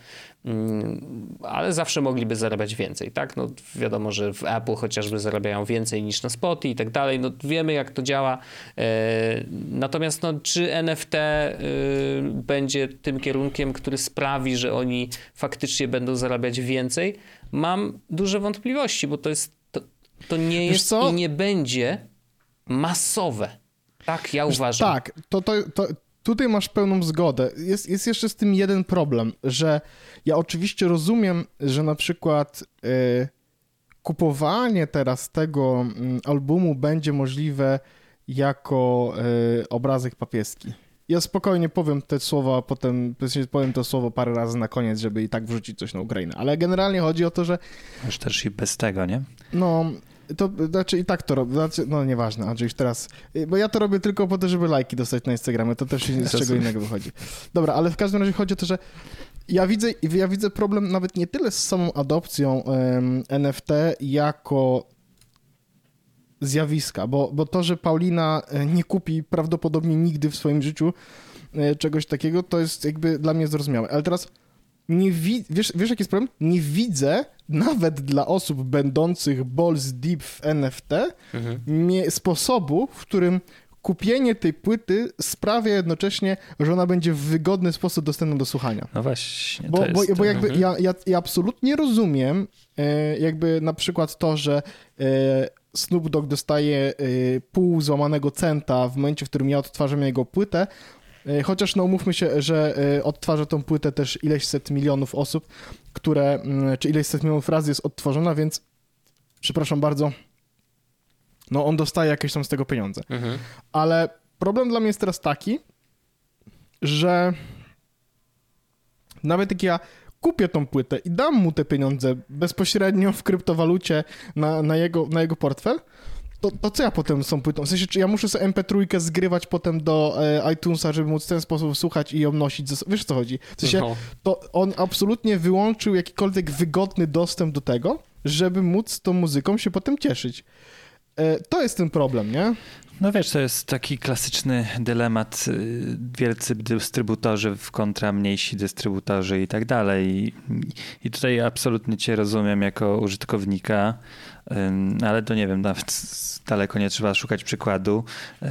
ale zawsze mogliby zarabiać więcej, tak? No wiadomo, że w Apple chociażby zarabiają więcej niż na Spotify i tak dalej, no wiemy jak to działa. Natomiast no, czy N F T będzie tym kierunkiem, który sprawi, że oni faktycznie będą zarabiać więcej? Mam duże wątpliwości, bo to jest, to, to nie jest i nie będzie masowe. Tak, ja uważam. Tak, to, to, to tutaj masz pełną zgodę. Jest, jest jeszcze z tym jeden problem, że ja oczywiście rozumiem, że na przykład y, kupowanie teraz tego y, albumu będzie możliwe jako y, obrazek papieski. Ja spokojnie powiem te słowa, a potem powiem to słowo parę razy na koniec, żeby i tak wrzucić coś na Ukrainę. Ale generalnie chodzi o to, że... Już też i bez tego, nie? No... To znaczy i tak to robię, znaczy, no nieważne, Andrzej, już teraz, bo ja to robię tylko po to, żeby lajki dostać na Instagramie, to też z czego innego wychodzi. Dobra, ale w każdym razie chodzi o to, że ja widzę, ja widzę problem nawet nie tyle z samą adopcją um, N F T jako zjawiska, bo, bo to, że Paulina nie kupi prawdopodobnie nigdy w swoim życiu czegoś takiego, to jest jakby dla mnie zrozumiałe, ale teraz nie wi- wiesz, wiesz, jaki jest problem? Nie widzę nawet dla osób będących balls deep w N F T mhm. nie, sposobu, w którym kupienie tej płyty sprawia jednocześnie, że ona będzie w wygodny sposób dostępna do słuchania. No właśnie. Bo, to jest bo, to. bo jakby mhm. ja, ja, ja absolutnie rozumiem e, jakby na przykład to, że e, Snoop Dogg dostaje e, pół złamanego centa w momencie, w którym ja odtwarzam jego płytę, chociaż no umówmy się, że odtwarza tą płytę też ileś set milionów osób, które, czy ileś set milionów razy jest odtworzona, więc przepraszam bardzo, no on dostaje jakieś tam z tego pieniądze. Mhm. Ale problem dla mnie jest teraz taki, że nawet jak ja kupię tą płytę i dam mu te pieniądze bezpośrednio w kryptowalucie na, na, jego, na jego portfel, To, to co ja potem z tą płytą? W sensie, czy ja muszę sobie em pe trzy zgrywać potem do e, iTunesa, żeby móc w ten sposób słuchać i ją nosić? Ze, wiesz, o co chodzi? W sensie, no. To on absolutnie wyłączył jakikolwiek wygodny dostęp do tego, żeby móc tą muzyką się potem cieszyć. E, to jest ten problem, nie? No wiesz, to jest taki klasyczny dylemat, wielcy dystrybutorzy w kontra mniejsi dystrybutorzy i tak dalej. I, i tutaj absolutnie cię rozumiem jako użytkownika, ale to nie wiem, nawet daleko nie trzeba szukać przykładu.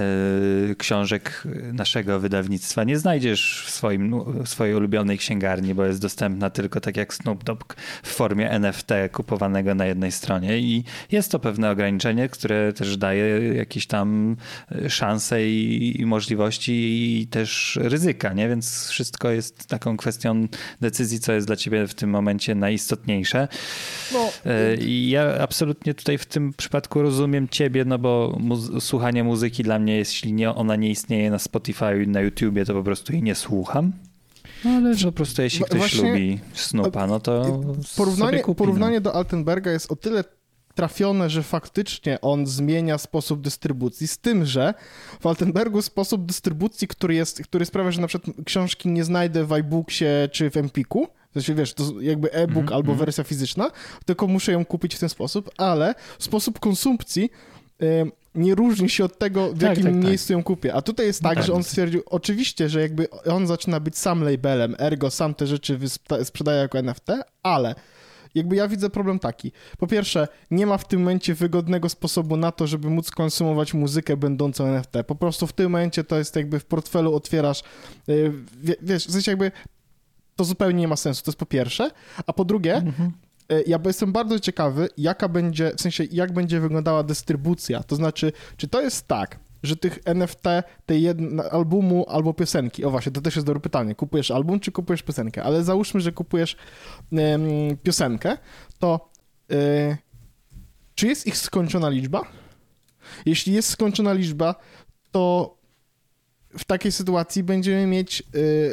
Książek naszego wydawnictwa nie znajdziesz w swoim, swojej ulubionej księgarni, bo jest dostępna tylko tak jak Snoop Dogg w formie N F T kupowanego na jednej stronie i jest to pewne ograniczenie, które też daje jakieś tam szanse i, i możliwości i też ryzyka, nie? Więc wszystko jest taką kwestią decyzji, co jest dla ciebie w tym momencie najistotniejsze. No. I ja absolutnie tutaj w tym przypadku rozumiem ciebie, no bo mu- słuchanie muzyki dla mnie, jeśli nie, ona nie istnieje na Spotify, na YouTubie, to po prostu jej nie słucham. No ale że po prostu jeśli ktoś Właśnie, lubi Snoopa, no to porównanie, sobie kupi, porównanie no. do Altenberga jest o tyle trafione, że faktycznie on zmienia sposób dystrybucji, z tym, że w Altenbergu sposób dystrybucji, który jest, który sprawia, że na przykład książki nie znajdę w iBooksie czy w Empiku, to znaczy, wiesz, to jakby e-book mm-hmm. albo wersja fizyczna, tylko muszę ją kupić w ten sposób, ale sposób konsumpcji y, nie różni się od tego, w tak, jakim tak, miejscu tak. ją kupię. A tutaj jest tak, tak, że on stwierdził, oczywiście, że jakby on zaczyna być sam labelem, ergo sam te rzeczy wysp- sprzedaje jako N F T, ale jakby ja widzę problem taki. Po pierwsze, nie ma w tym momencie wygodnego sposobu na to, żeby móc konsumować muzykę będącą N F T. Po prostu w tym momencie to jest jakby w portfelu otwierasz, yy, wiesz, w sensie jakby to zupełnie nie ma sensu, to jest po pierwsze. A po drugie, mhm. yy, ja jestem bardzo ciekawy, jaka będzie, w sensie jak będzie wyglądała dystrybucja. To znaczy, czy to jest tak, że tych N F T, tej jedno, albumu albo piosenki, o właśnie, to też jest dobre pytanie, kupujesz album czy kupujesz piosenkę, ale załóżmy, że kupujesz ym, piosenkę, to yy, czy jest ich skończona liczba? Jeśli jest skończona liczba, to w takiej sytuacji będziemy mieć yy,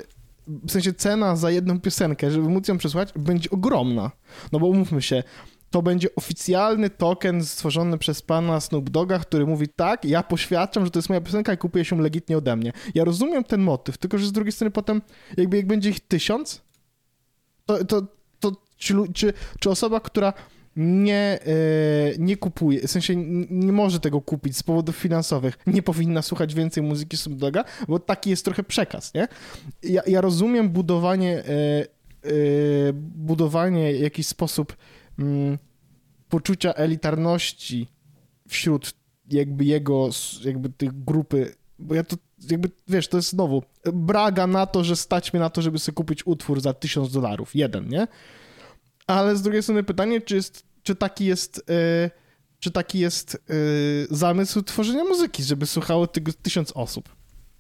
w sensie cena za jedną piosenkę, żeby móc ją przesłuchać, będzie ogromna. No bo umówmy się, to będzie oficjalny token stworzony przez pana Snoop Dogga, który mówi tak, ja poświadczam, że to jest moja piosenka i kupuje się legitnie ode mnie. Ja rozumiem ten motyw, tylko że z drugiej strony potem, jakby jak będzie ich tysiąc, to, to, to czy, czy, czy osoba, która nie, yy, nie kupuje, w sensie nie może tego kupić z powodów finansowych, nie powinna słuchać więcej muzyki Snoop Dogga, bo taki jest trochę przekaz, nie? Ja, ja rozumiem budowanie, yy, yy, budowanie w jakiś sposób yy, poczucia elitarności wśród jakby jego, jakby tych grupy, bo ja to jakby, wiesz, to jest znowu braga na to, że stać mnie na to, żeby sobie kupić utwór za tysiąc dolarów, jeden, nie? Ale z drugiej strony pytanie, czy, jest, czy taki jest, yy, czy taki jest yy, zamysł tworzenia muzyki, żeby słuchało tego tysiąc osób?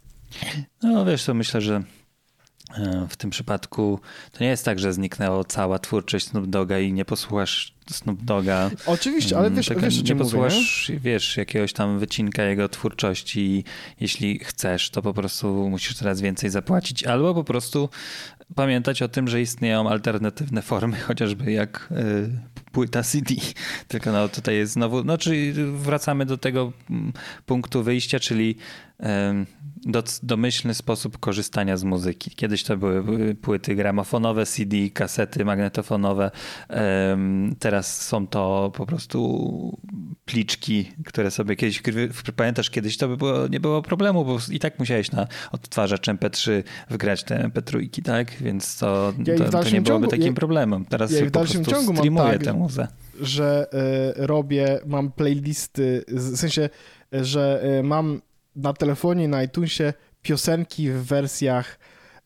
No wiesz co, myślę, że w tym przypadku to nie jest tak, że zniknęła cała twórczość Snoop Dogga i nie posłuchasz Snoop Dogga. Oczywiście, ale wiesz, wiesz nie posłuchasz, mówię, nie? wiesz, jakiegoś tam wycinka jego twórczości i jeśli chcesz, to po prostu musisz coraz więcej zapłacić, albo po prostu pamiętać o tym, że istnieją alternatywne formy, chociażby jak y, płyta C D. Tylko no tutaj jest znowu, no czyli wracamy do tego punktu wyjścia, czyli y, do, domyślny sposób korzystania z muzyki. Kiedyś to były płyty gramofonowe, C D, kasety magnetofonowe. Y, teraz są to po prostu pliczki, które sobie kiedyś, pamiętasz, kiedyś to by było, nie było problemu, bo i tak musiałeś na odtwarzacz M P trzy wgrać te M P trzy, tak? Więc to, ja to, to nie byłoby ciągu, takim ja, problemem. Teraz ja po prostu ciągu streamuję tak, tę muzę. Że y, robię, mam playlisty, w sensie, że y, mam na telefonie, na iTunesie piosenki w wersjach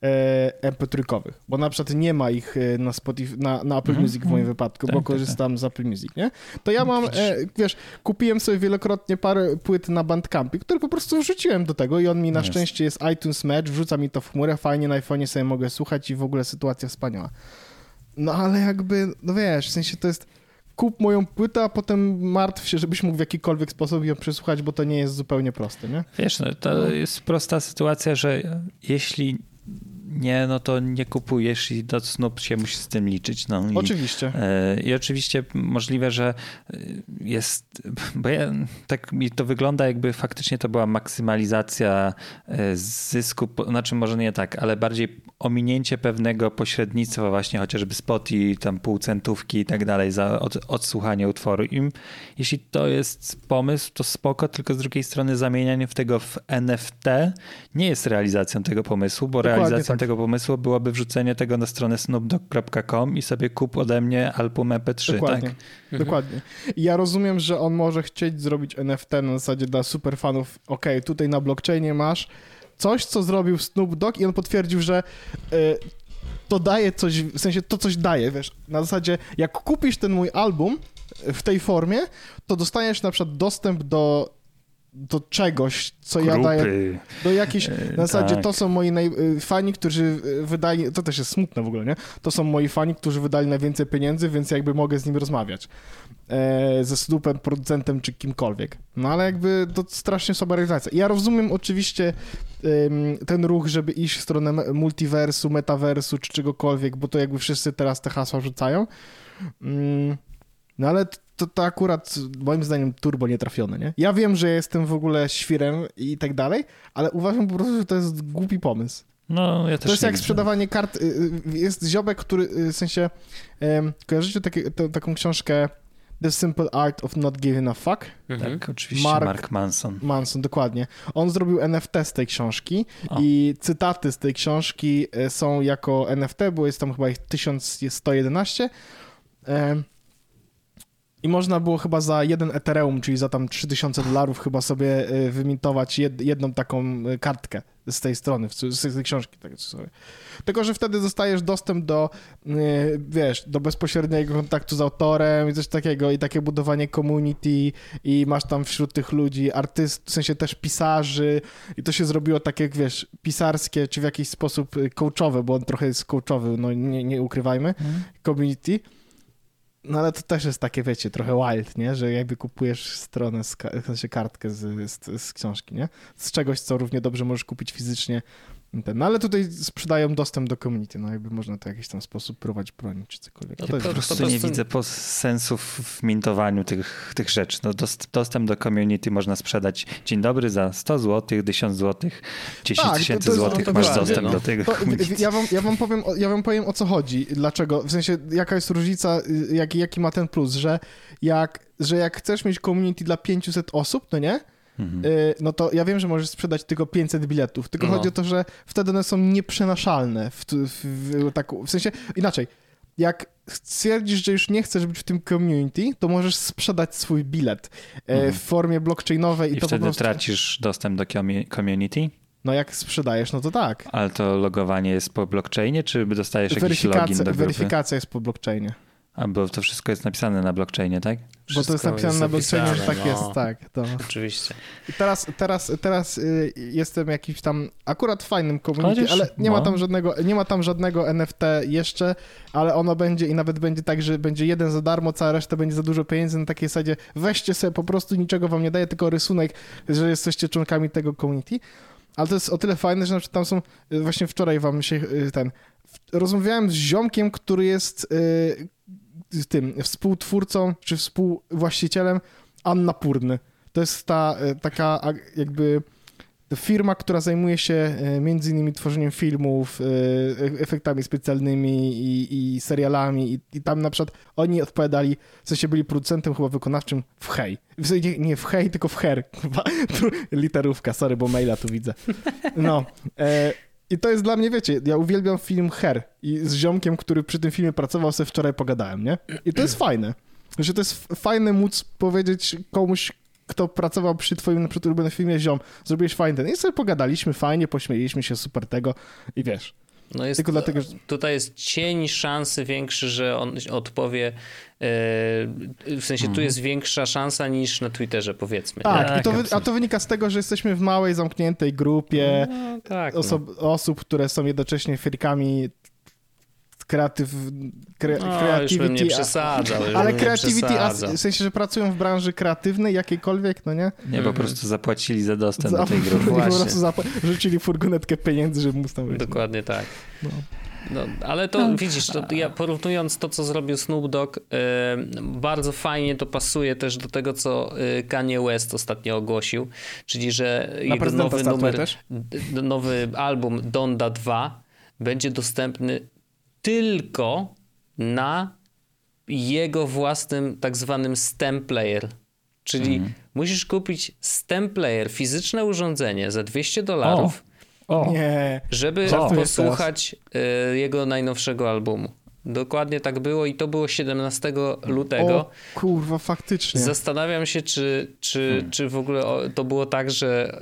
em pe trzy-kowych, bo na przykład nie ma ich na Spotify, na, na Apple mm-hmm. Music w moim wypadku, tak, bo korzystam tak. z Apple Music, nie? To ja mam, e, wiesz, kupiłem sobie wielokrotnie parę płyt na Bandcampie, które po prostu wrzuciłem do tego i on mi na yes. szczęście jest iTunes Match, wrzuca mi to w chmurę, fajnie na iPhone'ie sobie mogę słuchać i w ogóle sytuacja wspaniała. No ale jakby, no wiesz, w sensie to jest kup moją płytę, a potem martw się, żebyś mógł w jakikolwiek sposób ją przesłuchać, bo to nie jest zupełnie proste, nie? Wiesz, no to no. jest prosta sytuacja, że jeśli nie, no to nie kupujesz i do Snoop się musi z tym liczyć. No. I, oczywiście. I, I oczywiście możliwe, że jest, bo ja, tak mi to wygląda, jakby faktycznie to była maksymalizacja zysku, znaczy może nie tak, ale bardziej ominięcie pewnego pośrednictwa właśnie chociażby Spotify, tam półcentówki i tak dalej za od, odsłuchanie utworu. I jeśli to jest pomysł, to spoko, tylko z drugiej strony zamienianie w tego w N F T nie jest realizacją tego pomysłu, bo Dokładnie realizacją tak. tego pomysłu byłoby wrzucenie tego na stronę snoopdogg kropka com i sobie kup ode mnie album M P trzy, Dokładnie. tak? Dokładnie. I ja rozumiem, że on może chcieć zrobić N F T na zasadzie dla superfanów. Okej, okay, tutaj na blockchainie masz coś, co zrobił Snoop Dogg i on potwierdził, że y, to daje coś, w sensie to coś daje, wiesz, na zasadzie jak kupisz ten mój album w tej formie, to dostaniesz na przykład dostęp do do czegoś, co Grupy. ja daję, do jakiejś, na zasadzie tak. to są moi naj, fani, którzy wydali, to też jest smutne w ogóle, nie? To są moi fani, którzy wydali najwięcej pieniędzy, więc jakby mogę z nim rozmawiać. E, ze Snoopem, producentem czy kimkolwiek. No ale jakby to strasznie słaba realizacja. Ja rozumiem oczywiście um, ten ruch, żeby iść w stronę multiversu, metaversu czy czegokolwiek, bo to jakby wszyscy teraz te hasła rzucają. Um, no ale to, to akurat moim zdaniem turbo nietrafione, nie? Ja wiem, że jestem w ogóle świrem i tak dalej, ale uważam po prostu, że to jest głupi pomysł. No, ja też to jest jak widzę. sprzedawanie kart. Jest ziobek, który w sensie um, kojarzycie takie, to, taką książkę The Simple Art of Not Giving a Fuck? Mhm. Tak, oczywiście. Mark, Mark Manson. Manson, dokładnie. On zrobił N F T z tej książki o. i cytaty z tej książki są jako N F T, bo jest tam chyba ich tysiąc sto jedenaście. Um, I można było chyba za jeden Ethereum, czyli za tam trzy tysiące dolarów chyba sobie wymintować jed, jedną taką kartkę z tej strony, z tej książki. Tak sobie. Tylko, że wtedy dostajesz dostęp do, wiesz, do bezpośredniego kontaktu z autorem i coś takiego i takie budowanie community i masz tam wśród tych ludzi artystów, w sensie też pisarzy i to się zrobiło takie, wiesz, pisarskie, czy w jakiś sposób coachowe, bo on trochę jest coachowy, no nie, nie ukrywajmy, mm. community. No ale to też jest takie, wiecie, trochę wild, nie? Że jakby kupujesz stronę, z, w sensie kartkę z, z, z książki, nie? Z czegoś, co równie dobrze możesz kupić fizycznie Ten, no ale tutaj sprzedają dostęp do community, no jakby można to w jakiś tam sposób próbować bronić czy cokolwiek. No to to jest po prostu nie prostu... widzę po sensu w mintowaniu tych, tych rzeczy. No dost, dostęp do community można sprzedać dzień dobry za sto złotych, tysiąc złotych, dziesięć tysięcy złotych, to, masz to dostęp no. do tego. To, ja, wam, ja, wam powiem, ja wam powiem o co chodzi, dlaczego, w sensie jaka jest różnica, jaki, jaki ma ten plus, że jak, że jak chcesz mieć community dla pięćset osób, no nie? Mhm. No to ja wiem, że możesz sprzedać tylko pięćset biletów, tylko no. chodzi o to, że wtedy one są nieprzenaszalne. W, w, w, tak, w sensie, inaczej, jak stwierdzisz, że już nie chcesz być w tym community, to możesz sprzedać swój bilet mhm. w formie blockchainowej. I, I to wtedy po prostu... tracisz dostęp do community? No jak sprzedajesz, no to tak. Ale to logowanie jest po blockchainie, czy dostajesz jakiś login do grupy? Weryfikacja jest po blockchainie. A bo to wszystko jest napisane na blockchainie, tak? Wszystko bo to jest napisane jest na blockchainie, że tak no. jest, tak. To. Oczywiście. I teraz, teraz, teraz y, jestem jakimś tam akurat fajnym community, Chociaż, ale nie, no. ma tam żadnego, nie ma tam żadnego N F T jeszcze, ale ono będzie i nawet będzie tak, że będzie jeden za darmo, cała reszta będzie za dużo pieniędzy na takiej zasadzie weźcie sobie, po prostu niczego wam nie daje, tylko rysunek, że jesteście członkami tego community. Ale to jest o tyle fajne, że na przykład tam są, właśnie wczoraj wam się ten, rozmawiałem z ziomkiem, który jest y, tym współtwórcą, czy współwłaścicielem Annapurny. To jest ta taka jakby firma, która zajmuje się między innymi tworzeniem filmów, efektami specjalnymi i, i serialami i, i tam na przykład oni odpowiadali, w sensie byli producentem chyba wykonawczym w Hej. W sensie nie, nie w Hej, tylko w Her. Literówka, sorry, bo maila tu widzę. No. E, I to jest dla mnie, wiecie, ja uwielbiam film Her i z ziomkiem, który przy tym filmie pracował, sobie wczoraj pogadałem, nie? I to jest fajne. Że to jest fajne móc powiedzieć komuś, kto pracował przy twoim na przykład ulubionym filmie, ziom, zrobiłeś fajny ten. I sobie pogadaliśmy fajnie, pośmieliśmy się, super tego i wiesz. No jest, tylko dlatego, że... Tutaj jest cień szansy większy, że on odpowie, yy, w sensie hmm. tu jest większa szansa niż na Twitterze, powiedzmy. Tak, tak i to wy, a to wynika z tego, że jesteśmy w małej, zamkniętej grupie no, tak, oso- no. osób, które są jednocześnie firkami kreatyw, kre, no, creativity, już bym nie przesadzał. Już ale bym creativity, nie a, w sensie, że pracują w branży kreatywnej, jakiejkolwiek, no nie? Nie, po prostu zapłacili za dostęp za, do tej grupy. Po prostu zapł- rzucili furgonetkę pieniędzy, żeby móc tam wyjść. Dokładnie tak. No. No, ale to no. widzisz, to ja porównując to, co zrobił Snoop Dogg, yy, bardzo fajnie to pasuje też do tego, co Kanye West ostatnio ogłosił, czyli że Na jego nowy numer, też? nowy album Donda dwa będzie dostępny tylko na jego własnym tak zwanym stem player. Czyli mm. musisz kupić stem player, fizyczne urządzenie za dwieście dolarów, o, o. Nie. żeby o. posłuchać y, jego najnowszego albumu. Dokładnie tak było i to było siedemnastego lutego. O kurwa, faktycznie. Zastanawiam się, czy, czy, hmm. czy w ogóle to było tak, że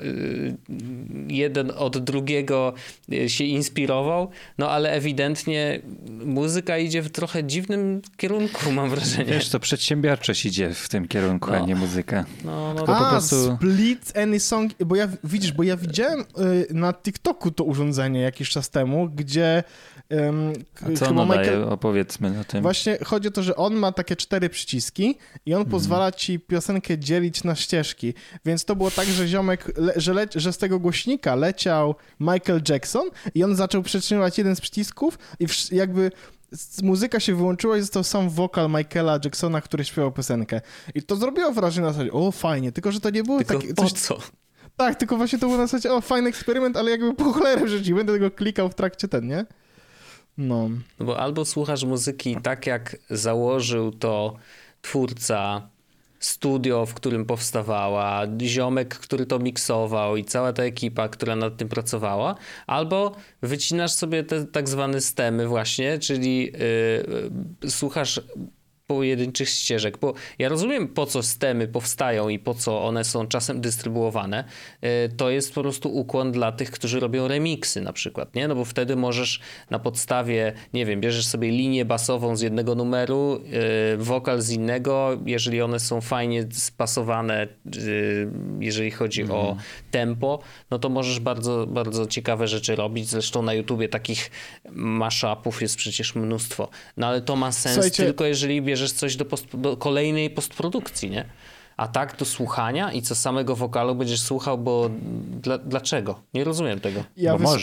jeden od drugiego się inspirował, no ale ewidentnie muzyka idzie w trochę dziwnym kierunku, mam wrażenie. Wiesz, to przedsiębiorczość idzie w tym kierunku, no. a nie muzyka. No, no, a, po prostu... Split Any Song, bo ja, widzisz, bo ja widziałem na TikToku to urządzenie jakiś czas temu, gdzie um, a co ono Michael... daje? Opowiedzmy o tym. Właśnie chodzi o to, że on ma takie cztery przyciski i on mm. pozwala ci piosenkę dzielić na ścieżki. Więc to było tak, że ziomek, le, że, le, że z tego głośnika leciał Michael Jackson i on zaczął przytrzymywać jeden z przycisków i w, jakby muzyka się wyłączyła i został sam wokal Michaela Jacksona, który śpiewał piosenkę. I to zrobiło wrażenie na zasadzie, o fajnie, tylko że to nie było tylko takie... po co? Tak, tylko właśnie to było na zasadzie, o fajny eksperyment, ale jakby po cholerę w życiu, będę tego klikał w trakcie ten, nie? No. no bo albo słuchasz muzyki tak, jak założył to twórca, studio, w którym powstawała, ziomek, który to miksował i cała ta ekipa, która nad tym pracowała, albo wycinasz sobie te tak zwane stemy właśnie, czyli yy, słuchasz pojedynczych ścieżek, bo ja rozumiem, po co stemy powstają i po co one są czasem dystrybuowane, to jest po prostu ukłon dla tych, którzy robią remiksy na przykład, nie? No bo wtedy możesz na podstawie, nie wiem, bierzesz sobie linię basową z jednego numeru, wokal z innego, jeżeli one są fajnie spasowane, jeżeli chodzi mm. o tempo, no to możesz bardzo, bardzo ciekawe rzeczy robić, zresztą na YouTubie takich mashupów jest przecież mnóstwo, no ale to ma sens Słuchajcie. tylko jeżeli bierzesz coś do, post, do kolejnej postprodukcji, nie? A tak do słuchania i co samego wokalu będziesz słuchał, bo dla, dlaczego? Nie rozumiem tego. Ja bo wys- możesz.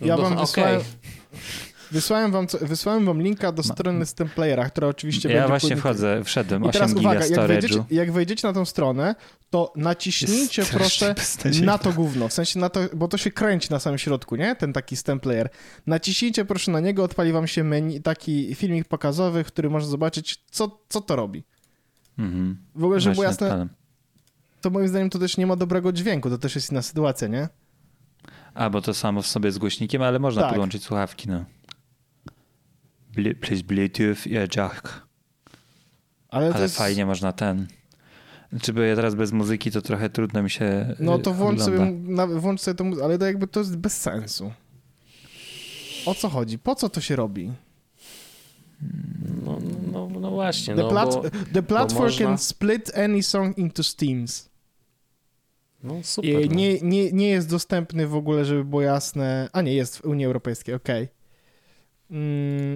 Ja no, wam okay. wysłałem, wysłałem, wam, wysłałem wam linka do strony Stemplayera, która oczywiście ja będzie... Ja właśnie płynnie... wchodzę, wszedłem, I teraz osiem uwaga, giga jak wejdziecie, storage'u. jak wejdziecie na tą stronę, to naciśnijcie proszę na to gówno, w sensie na to, bo to się kręci na samym środku, nie? Ten taki Stemplayer. Naciśnijcie proszę na niego, odpali wam się menu, taki filmik pokazowy, w którym można zobaczyć, co, co to robi. Mhm. W ogóle, żeby było Właśnie jasne, odpalam. to moim zdaniem to też nie ma dobrego dźwięku, to też jest inna sytuacja, nie? A, bo to samo w sobie z głośnikiem, ale można Tak. podłączyć słuchawki, no. Blu- Plus Bluetooth i jack. Ale, to Ale jest... fajnie można ten... Czy by ja teraz bez muzyki, to trochę trudno mi się No to włącz ogląda. sobie, na- włącz sobie to, mu- ale to jakby to jest bez sensu. O co chodzi? Po co to się robi? No, no, no właśnie. The, no, plat- bo, the platform można... can split any song into steams. No super. I no. nie, nie, nie jest dostępny w ogóle, żeby było jasne. A nie, jest w Unii Europejskiej, okej. Okay. Mm.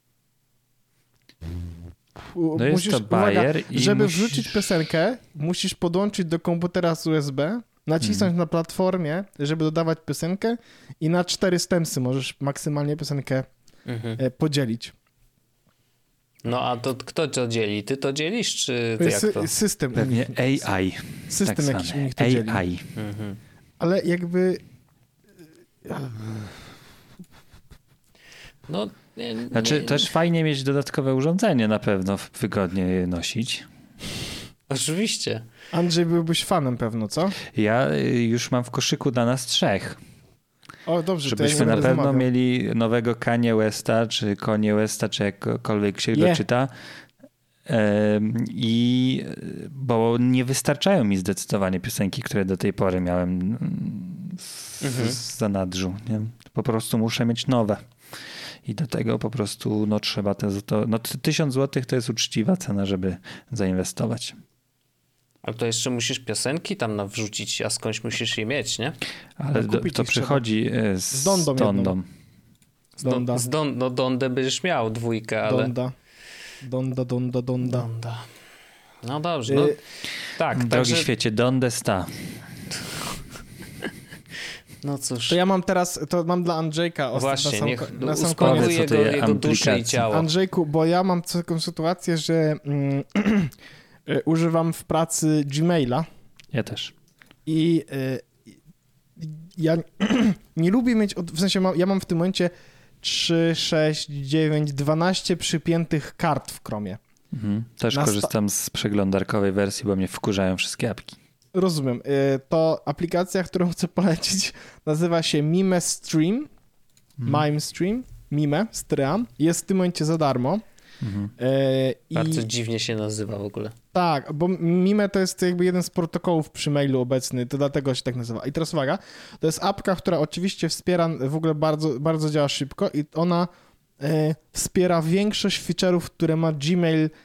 No jest musisz, to Bayer uwaga, i żeby musisz... wrzucić piosenkę, musisz podłączyć do komputera z U S B, nacisnąć Hmm. na platformie, żeby dodawać piosenkę i na cztery stemsy możesz maksymalnie piosenkę Mhm. e, podzielić. No a to kto to dzieli? Ty to dzielisz, czy ty jak Sy- to? System. Pewnie A I. System tak jakiś u zwany. nich to dzieli. A I. Mhm. Ale jakby... No, nie, nie, Znaczy też fajnie mieć dodatkowe urządzenie na pewno, wygodnie je nosić. Oczywiście. Andrzej, byłbyś fanem pewno, co? Ja y, już mam w koszyku dla nas trzech. O, dobrze, to ja Żebyśmy nie na będę pewno zamawiał. mieli nowego Kanye Westa, czy Kanye Westa, czy jakkolwiek się Nie. go czyta. Ym, I bo nie wystarczają mi zdecydowanie piosenki, które do tej pory miałem mm, w, Mhm. w zanadrzu. Nie? Po prostu muszę mieć nowe. I do tego po prostu no, trzeba te, to, no, tysiąc złotych to jest uczciwa cena, żeby zainwestować. Ale to jeszcze musisz piosenki tam nawrzucić, a skądś musisz je mieć, nie? Ale No, do, kupić to ich przychodzi e, z, Z Dondą z Dondą. jedną. Z Don, Donda. z Don, no Dondę będziesz miał dwójkę, ale... Donda. Donda, donda, donda. Donda. No dobrze, no. Y, Tak, Drogi także... świecie, Donde sta. No cóż. To ja mam teraz, to mam dla Andrzejka osta- Właśnie, na sam, niech ko- na sam uspokój koniec. co to jego, jest jego duszę i amplikacja. ciało. Andrzejku, bo ja mam taką sytuację, że mm, y, używam w pracy Gmaila Ja też. i y, ja nie lubię mieć, od, w sensie mam, ja mam w tym momencie trzy, sześć, dziewięć, dwanaście przypiętych kart w Chromie. Mhm. Też Na sta- korzystam z przeglądarkowej wersji, bo mnie wkurzają wszystkie apki. Rozumiem. Y, To aplikacja, którą chcę polecić, nazywa się Mime Stream. Mime Stream. Mime Stream. Jest w tym momencie za darmo. Mhm. Y, I Bardzo dziwnie się nazywa w ogóle. tak, bo Mime to jest jakby jeden z protokołów przy mailu obecny, to dlatego się tak nazywa. I teraz uwaga, to jest apka, która oczywiście wspiera, w ogóle bardzo, bardzo działa szybko i ona e, wspiera większość feature'ów, które ma Gmail em,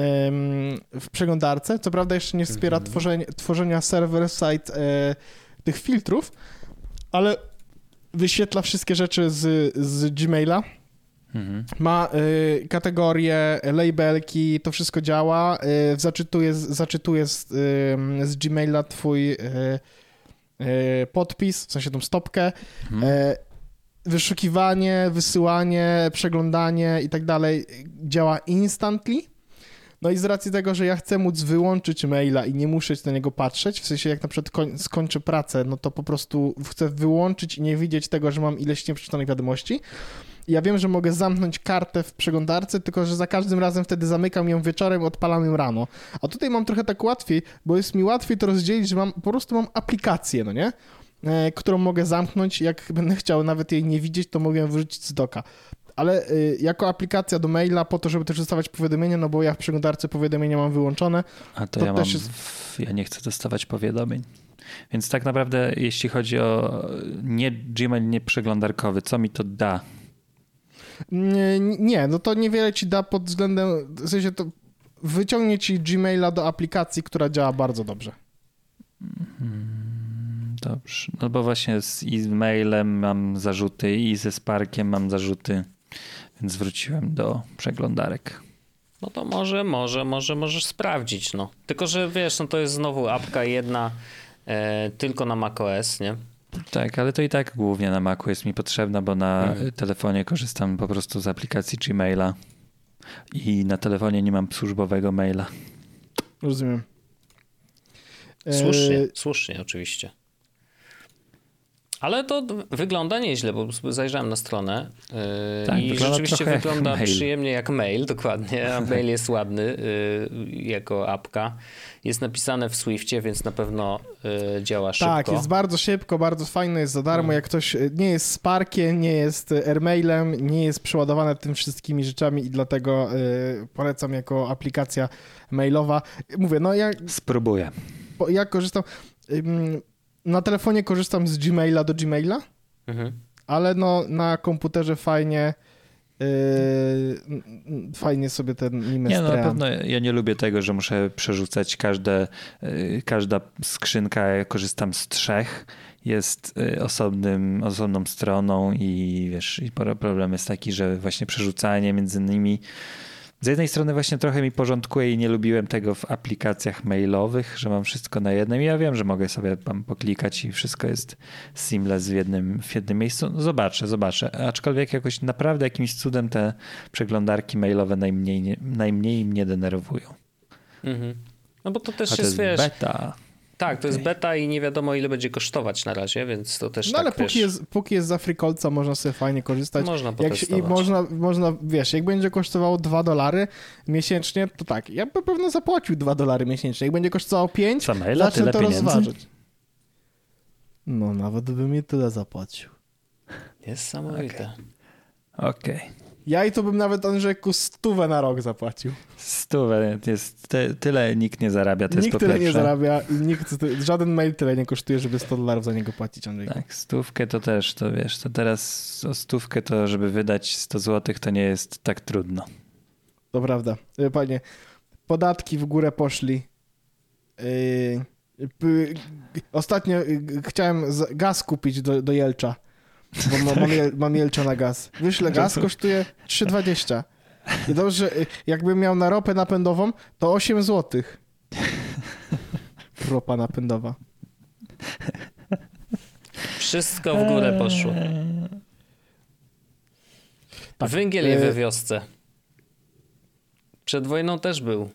w przeglądarce. Co prawda jeszcze nie wspiera Mhm. tworzenia, tworzenia server-side e, tych filtrów, ale wyświetla wszystkie rzeczy z, z Gmaila. Mhm. Ma y, kategorie, labelki, to wszystko działa. Y, zaczytuje z, zaczytuje z, y, z Gmaila twój y, y, podpis, w sensie tą stopkę. Mhm. Y, wyszukiwanie, wysyłanie, przeglądanie i tak dalej działa instantly. No i z racji tego, że ja chcę móc wyłączyć maila i nie muszę na niego patrzeć, w sensie jak na przykład koń, skończę pracę, no to po prostu chcę wyłączyć i nie widzieć tego, że mam ileś nieprzeczytanych wiadomości. Ja wiem, że mogę zamknąć kartę w przeglądarce, tylko że za każdym razem wtedy zamykam ją wieczorem i odpalam ją rano. A tutaj mam trochę tak łatwiej, bo jest mi łatwiej to rozdzielić, że mam po prostu mam aplikację, no nie? E, którą mogę zamknąć, jak będę chciał nawet jej nie widzieć, to mogę ją wyrzucić z doka. Ale y, jako aplikacja do maila po to, żeby też dostawać powiadomienia, no bo ja w przeglądarce powiadomienia mam wyłączone. A to, To ja mam, też jest- w, ja nie chcę dostawać powiadomień. Więc tak naprawdę jeśli chodzi o nie Gmail, nie przeglądarkowy, co mi to da? Nie, nie, no to niewiele ci da pod względem, w sensie to wyciągnie ci Gmaila do aplikacji, która działa bardzo dobrze. Dobrze. No bo właśnie z e-mailem mam zarzuty i ze Sparkiem mam zarzuty, więc wróciłem do przeglądarek. No to może, może, może możesz sprawdzić, no. Tylko, że wiesz, no to jest znowu apka jedna e, tylko na macOS, nie? Tak, ale to i tak głównie na Macu jest mi potrzebna, bo na mhm. telefonie korzystam po prostu z aplikacji Gmaila i na telefonie nie mam służbowego maila. Rozumiem. Słusznie, e... słusznie oczywiście. Ale to wygląda nieźle, bo zajrzałem na stronę yy, tak, i wygląda rzeczywiście wygląda jak przyjemnie jak mail, dokładnie, a mail jest ładny yy, jako apka. Jest napisane w Swiftie, więc na pewno yy, działa szybko. Tak, jest bardzo szybko, bardzo fajne, jest za darmo. Hmm. Jak ktoś nie jest Sparkiem, nie jest AirMailem, nie jest przeładowane tym wszystkimi rzeczami i dlatego yy, polecam jako aplikacja mailowa. Mówię, no ja... Spróbuję. Ja korzystam... Yy, Na telefonie korzystam z Gmaila do Gmaila, mhm. ale no na komputerze fajnie yy, fajnie sobie ten Mimes Nie, no na pewno ja nie lubię tego, że muszę przerzucać każde, yy, każda skrzynka, ja korzystam z trzech, jest yy, osobnym, osobną stroną i wiesz, i problem jest taki, że właśnie przerzucanie między nimi z jednej strony właśnie trochę mi porządkuje i nie lubiłem tego w aplikacjach mailowych, że mam wszystko na jednym i ja wiem, że mogę sobie tam poklikać i wszystko jest seamless w jednym, w jednym miejscu. No zobaczę, zobaczę. Aczkolwiek jakoś naprawdę jakimś cudem te przeglądarki mailowe najmniej, nie, najmniej mnie denerwują. Mhm. No bo to też A to jest, jest wiesz... beta. Tak, to okay. jest beta i nie wiadomo ile będzie kosztować na razie, więc to też no tak, ale póki wiesz... jest, póki jest za frikolca, można sobie fajnie korzystać. Można jak się, I można, można, wiesz, jak będzie kosztowało dwa dolary miesięcznie, to tak, ja bym pewno zapłacił dwa dolary miesięcznie. Jak będzie kosztowało pięć, zacznę to pieniędzy? rozważyć. No, nawet bym mi tyle zapłacił. Niesamowite. Okej. Okay. Okay. Ja i to bym nawet, Andrzejku, stówę na rok zapłacił. Stówę, jest ty, tyle nikt nie zarabia, to nikt jest po tyle pierwsze. nie zarabia i nikt, żaden mail tyle nie kosztuje, żeby sto dolarów za niego płacić, Andrzejku. Tak, stówkę to też, to wiesz, to teraz o stówkę to, żeby wydać sto złotych, to nie jest tak trudno. To prawda. Panie, podatki w górę poszli. Yy, ostatnio chciałem gaz kupić do, do Jelcza. Bo mam, mam, jel, mam Jelcza na gaz. Wyślę gaz, kosztuje trzy dwadzieścia. I dobrze, jakbym miał na ropę napędową, to osiem złotych. Ropa napędowa. Wszystko w górę poszło. Tak. Węgiel je we wiosce. Przed wojną też był.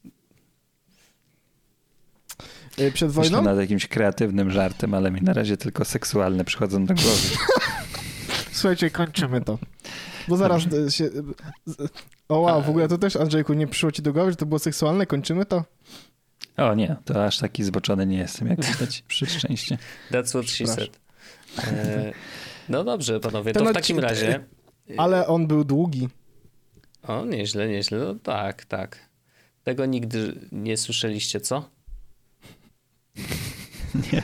Przed wojną? Myślę nad jakimś kreatywnym żartem, ale mi na razie tylko seksualne przychodzą do głowy. Słuchajcie, kończymy to. Bo zaraz się... O wow, w ogóle to też, Andrzejku, nie przyszło ci do głowy, że to było seksualne? Kończymy to? O nie, to aż taki zboczony nie jestem, jak widać, przy szczęście. That's what she said. E, no dobrze, panowie, to Ten w takim razie... Ale on był długi. O, nieźle, nieźle. No tak, tak. Tego nigdy nie słyszeliście, co? Nie.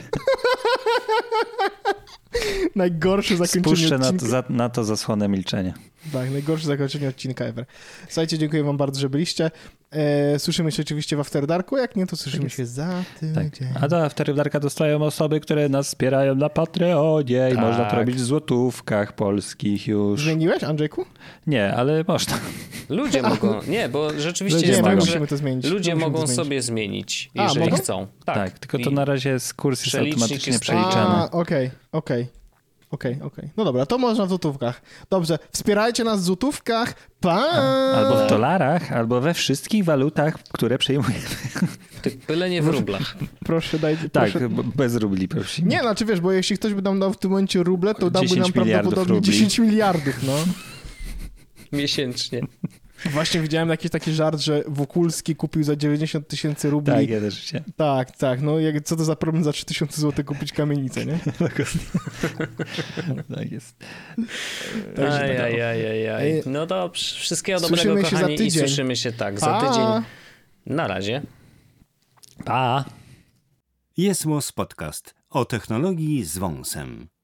Najgorsze zakończenie Spuszczę odcinka. na to, za, na to zasłonę milczenia. Tak, najgorsze zakończenie odcinka ever. Słuchajcie, dziękuję wam bardzo, że byliście. E, słyszymy się oczywiście w After Darku, jak nie, to słyszymy tak się za tydzień. Tak. A do After Darka dostają osoby, które nas wspierają na Patreonie i tak. Można to robić w złotówkach polskich już. Zmieniłeś, Andrzejku? Nie, ale można. Ludzie mogą, nie, bo rzeczywiście ludzie jest tak, że to zmienić. ludzie no, mogą to zmienić. sobie zmienić, A, jeżeli mogą? chcą. Tak, tak tylko to na razie jest kurs jest automatycznie jest przeliczany. A, okej, okej. Okej, okay, okej. Okay. No dobra, to można w złotówkach. Dobrze, wspierajcie nas w złotówkach. Pa! Albo w dolarach, albo we wszystkich walutach, które przejmujemy. Byle nie w rublach. Proszę dajcie. Tak, proszę. bez rubli prosimy. Nie, znaczy wiesz, bo jeśli ktoś by nam dał w tym momencie ruble, to dałby nam prawdopodobnie rubli. dziesięć miliardów, no. Miesięcznie. Właśnie widziałem jakiś taki żart, że Wokulski kupił za dziewięćdziesiąt tysięcy rubli. Tak, ja też widziałem. Tak, tak. No jak, co to za problem za trzy tysiące złotych kupić kamienicę, nie? Tak jest. Aj, aj, aj, aj. No dobrze. Wszystkiego dobrego, słyszymy kochani. Się za I słyszymy się tak za pa. tydzień. Na razie. Pa! Jest Podcast o technologii z wąsem.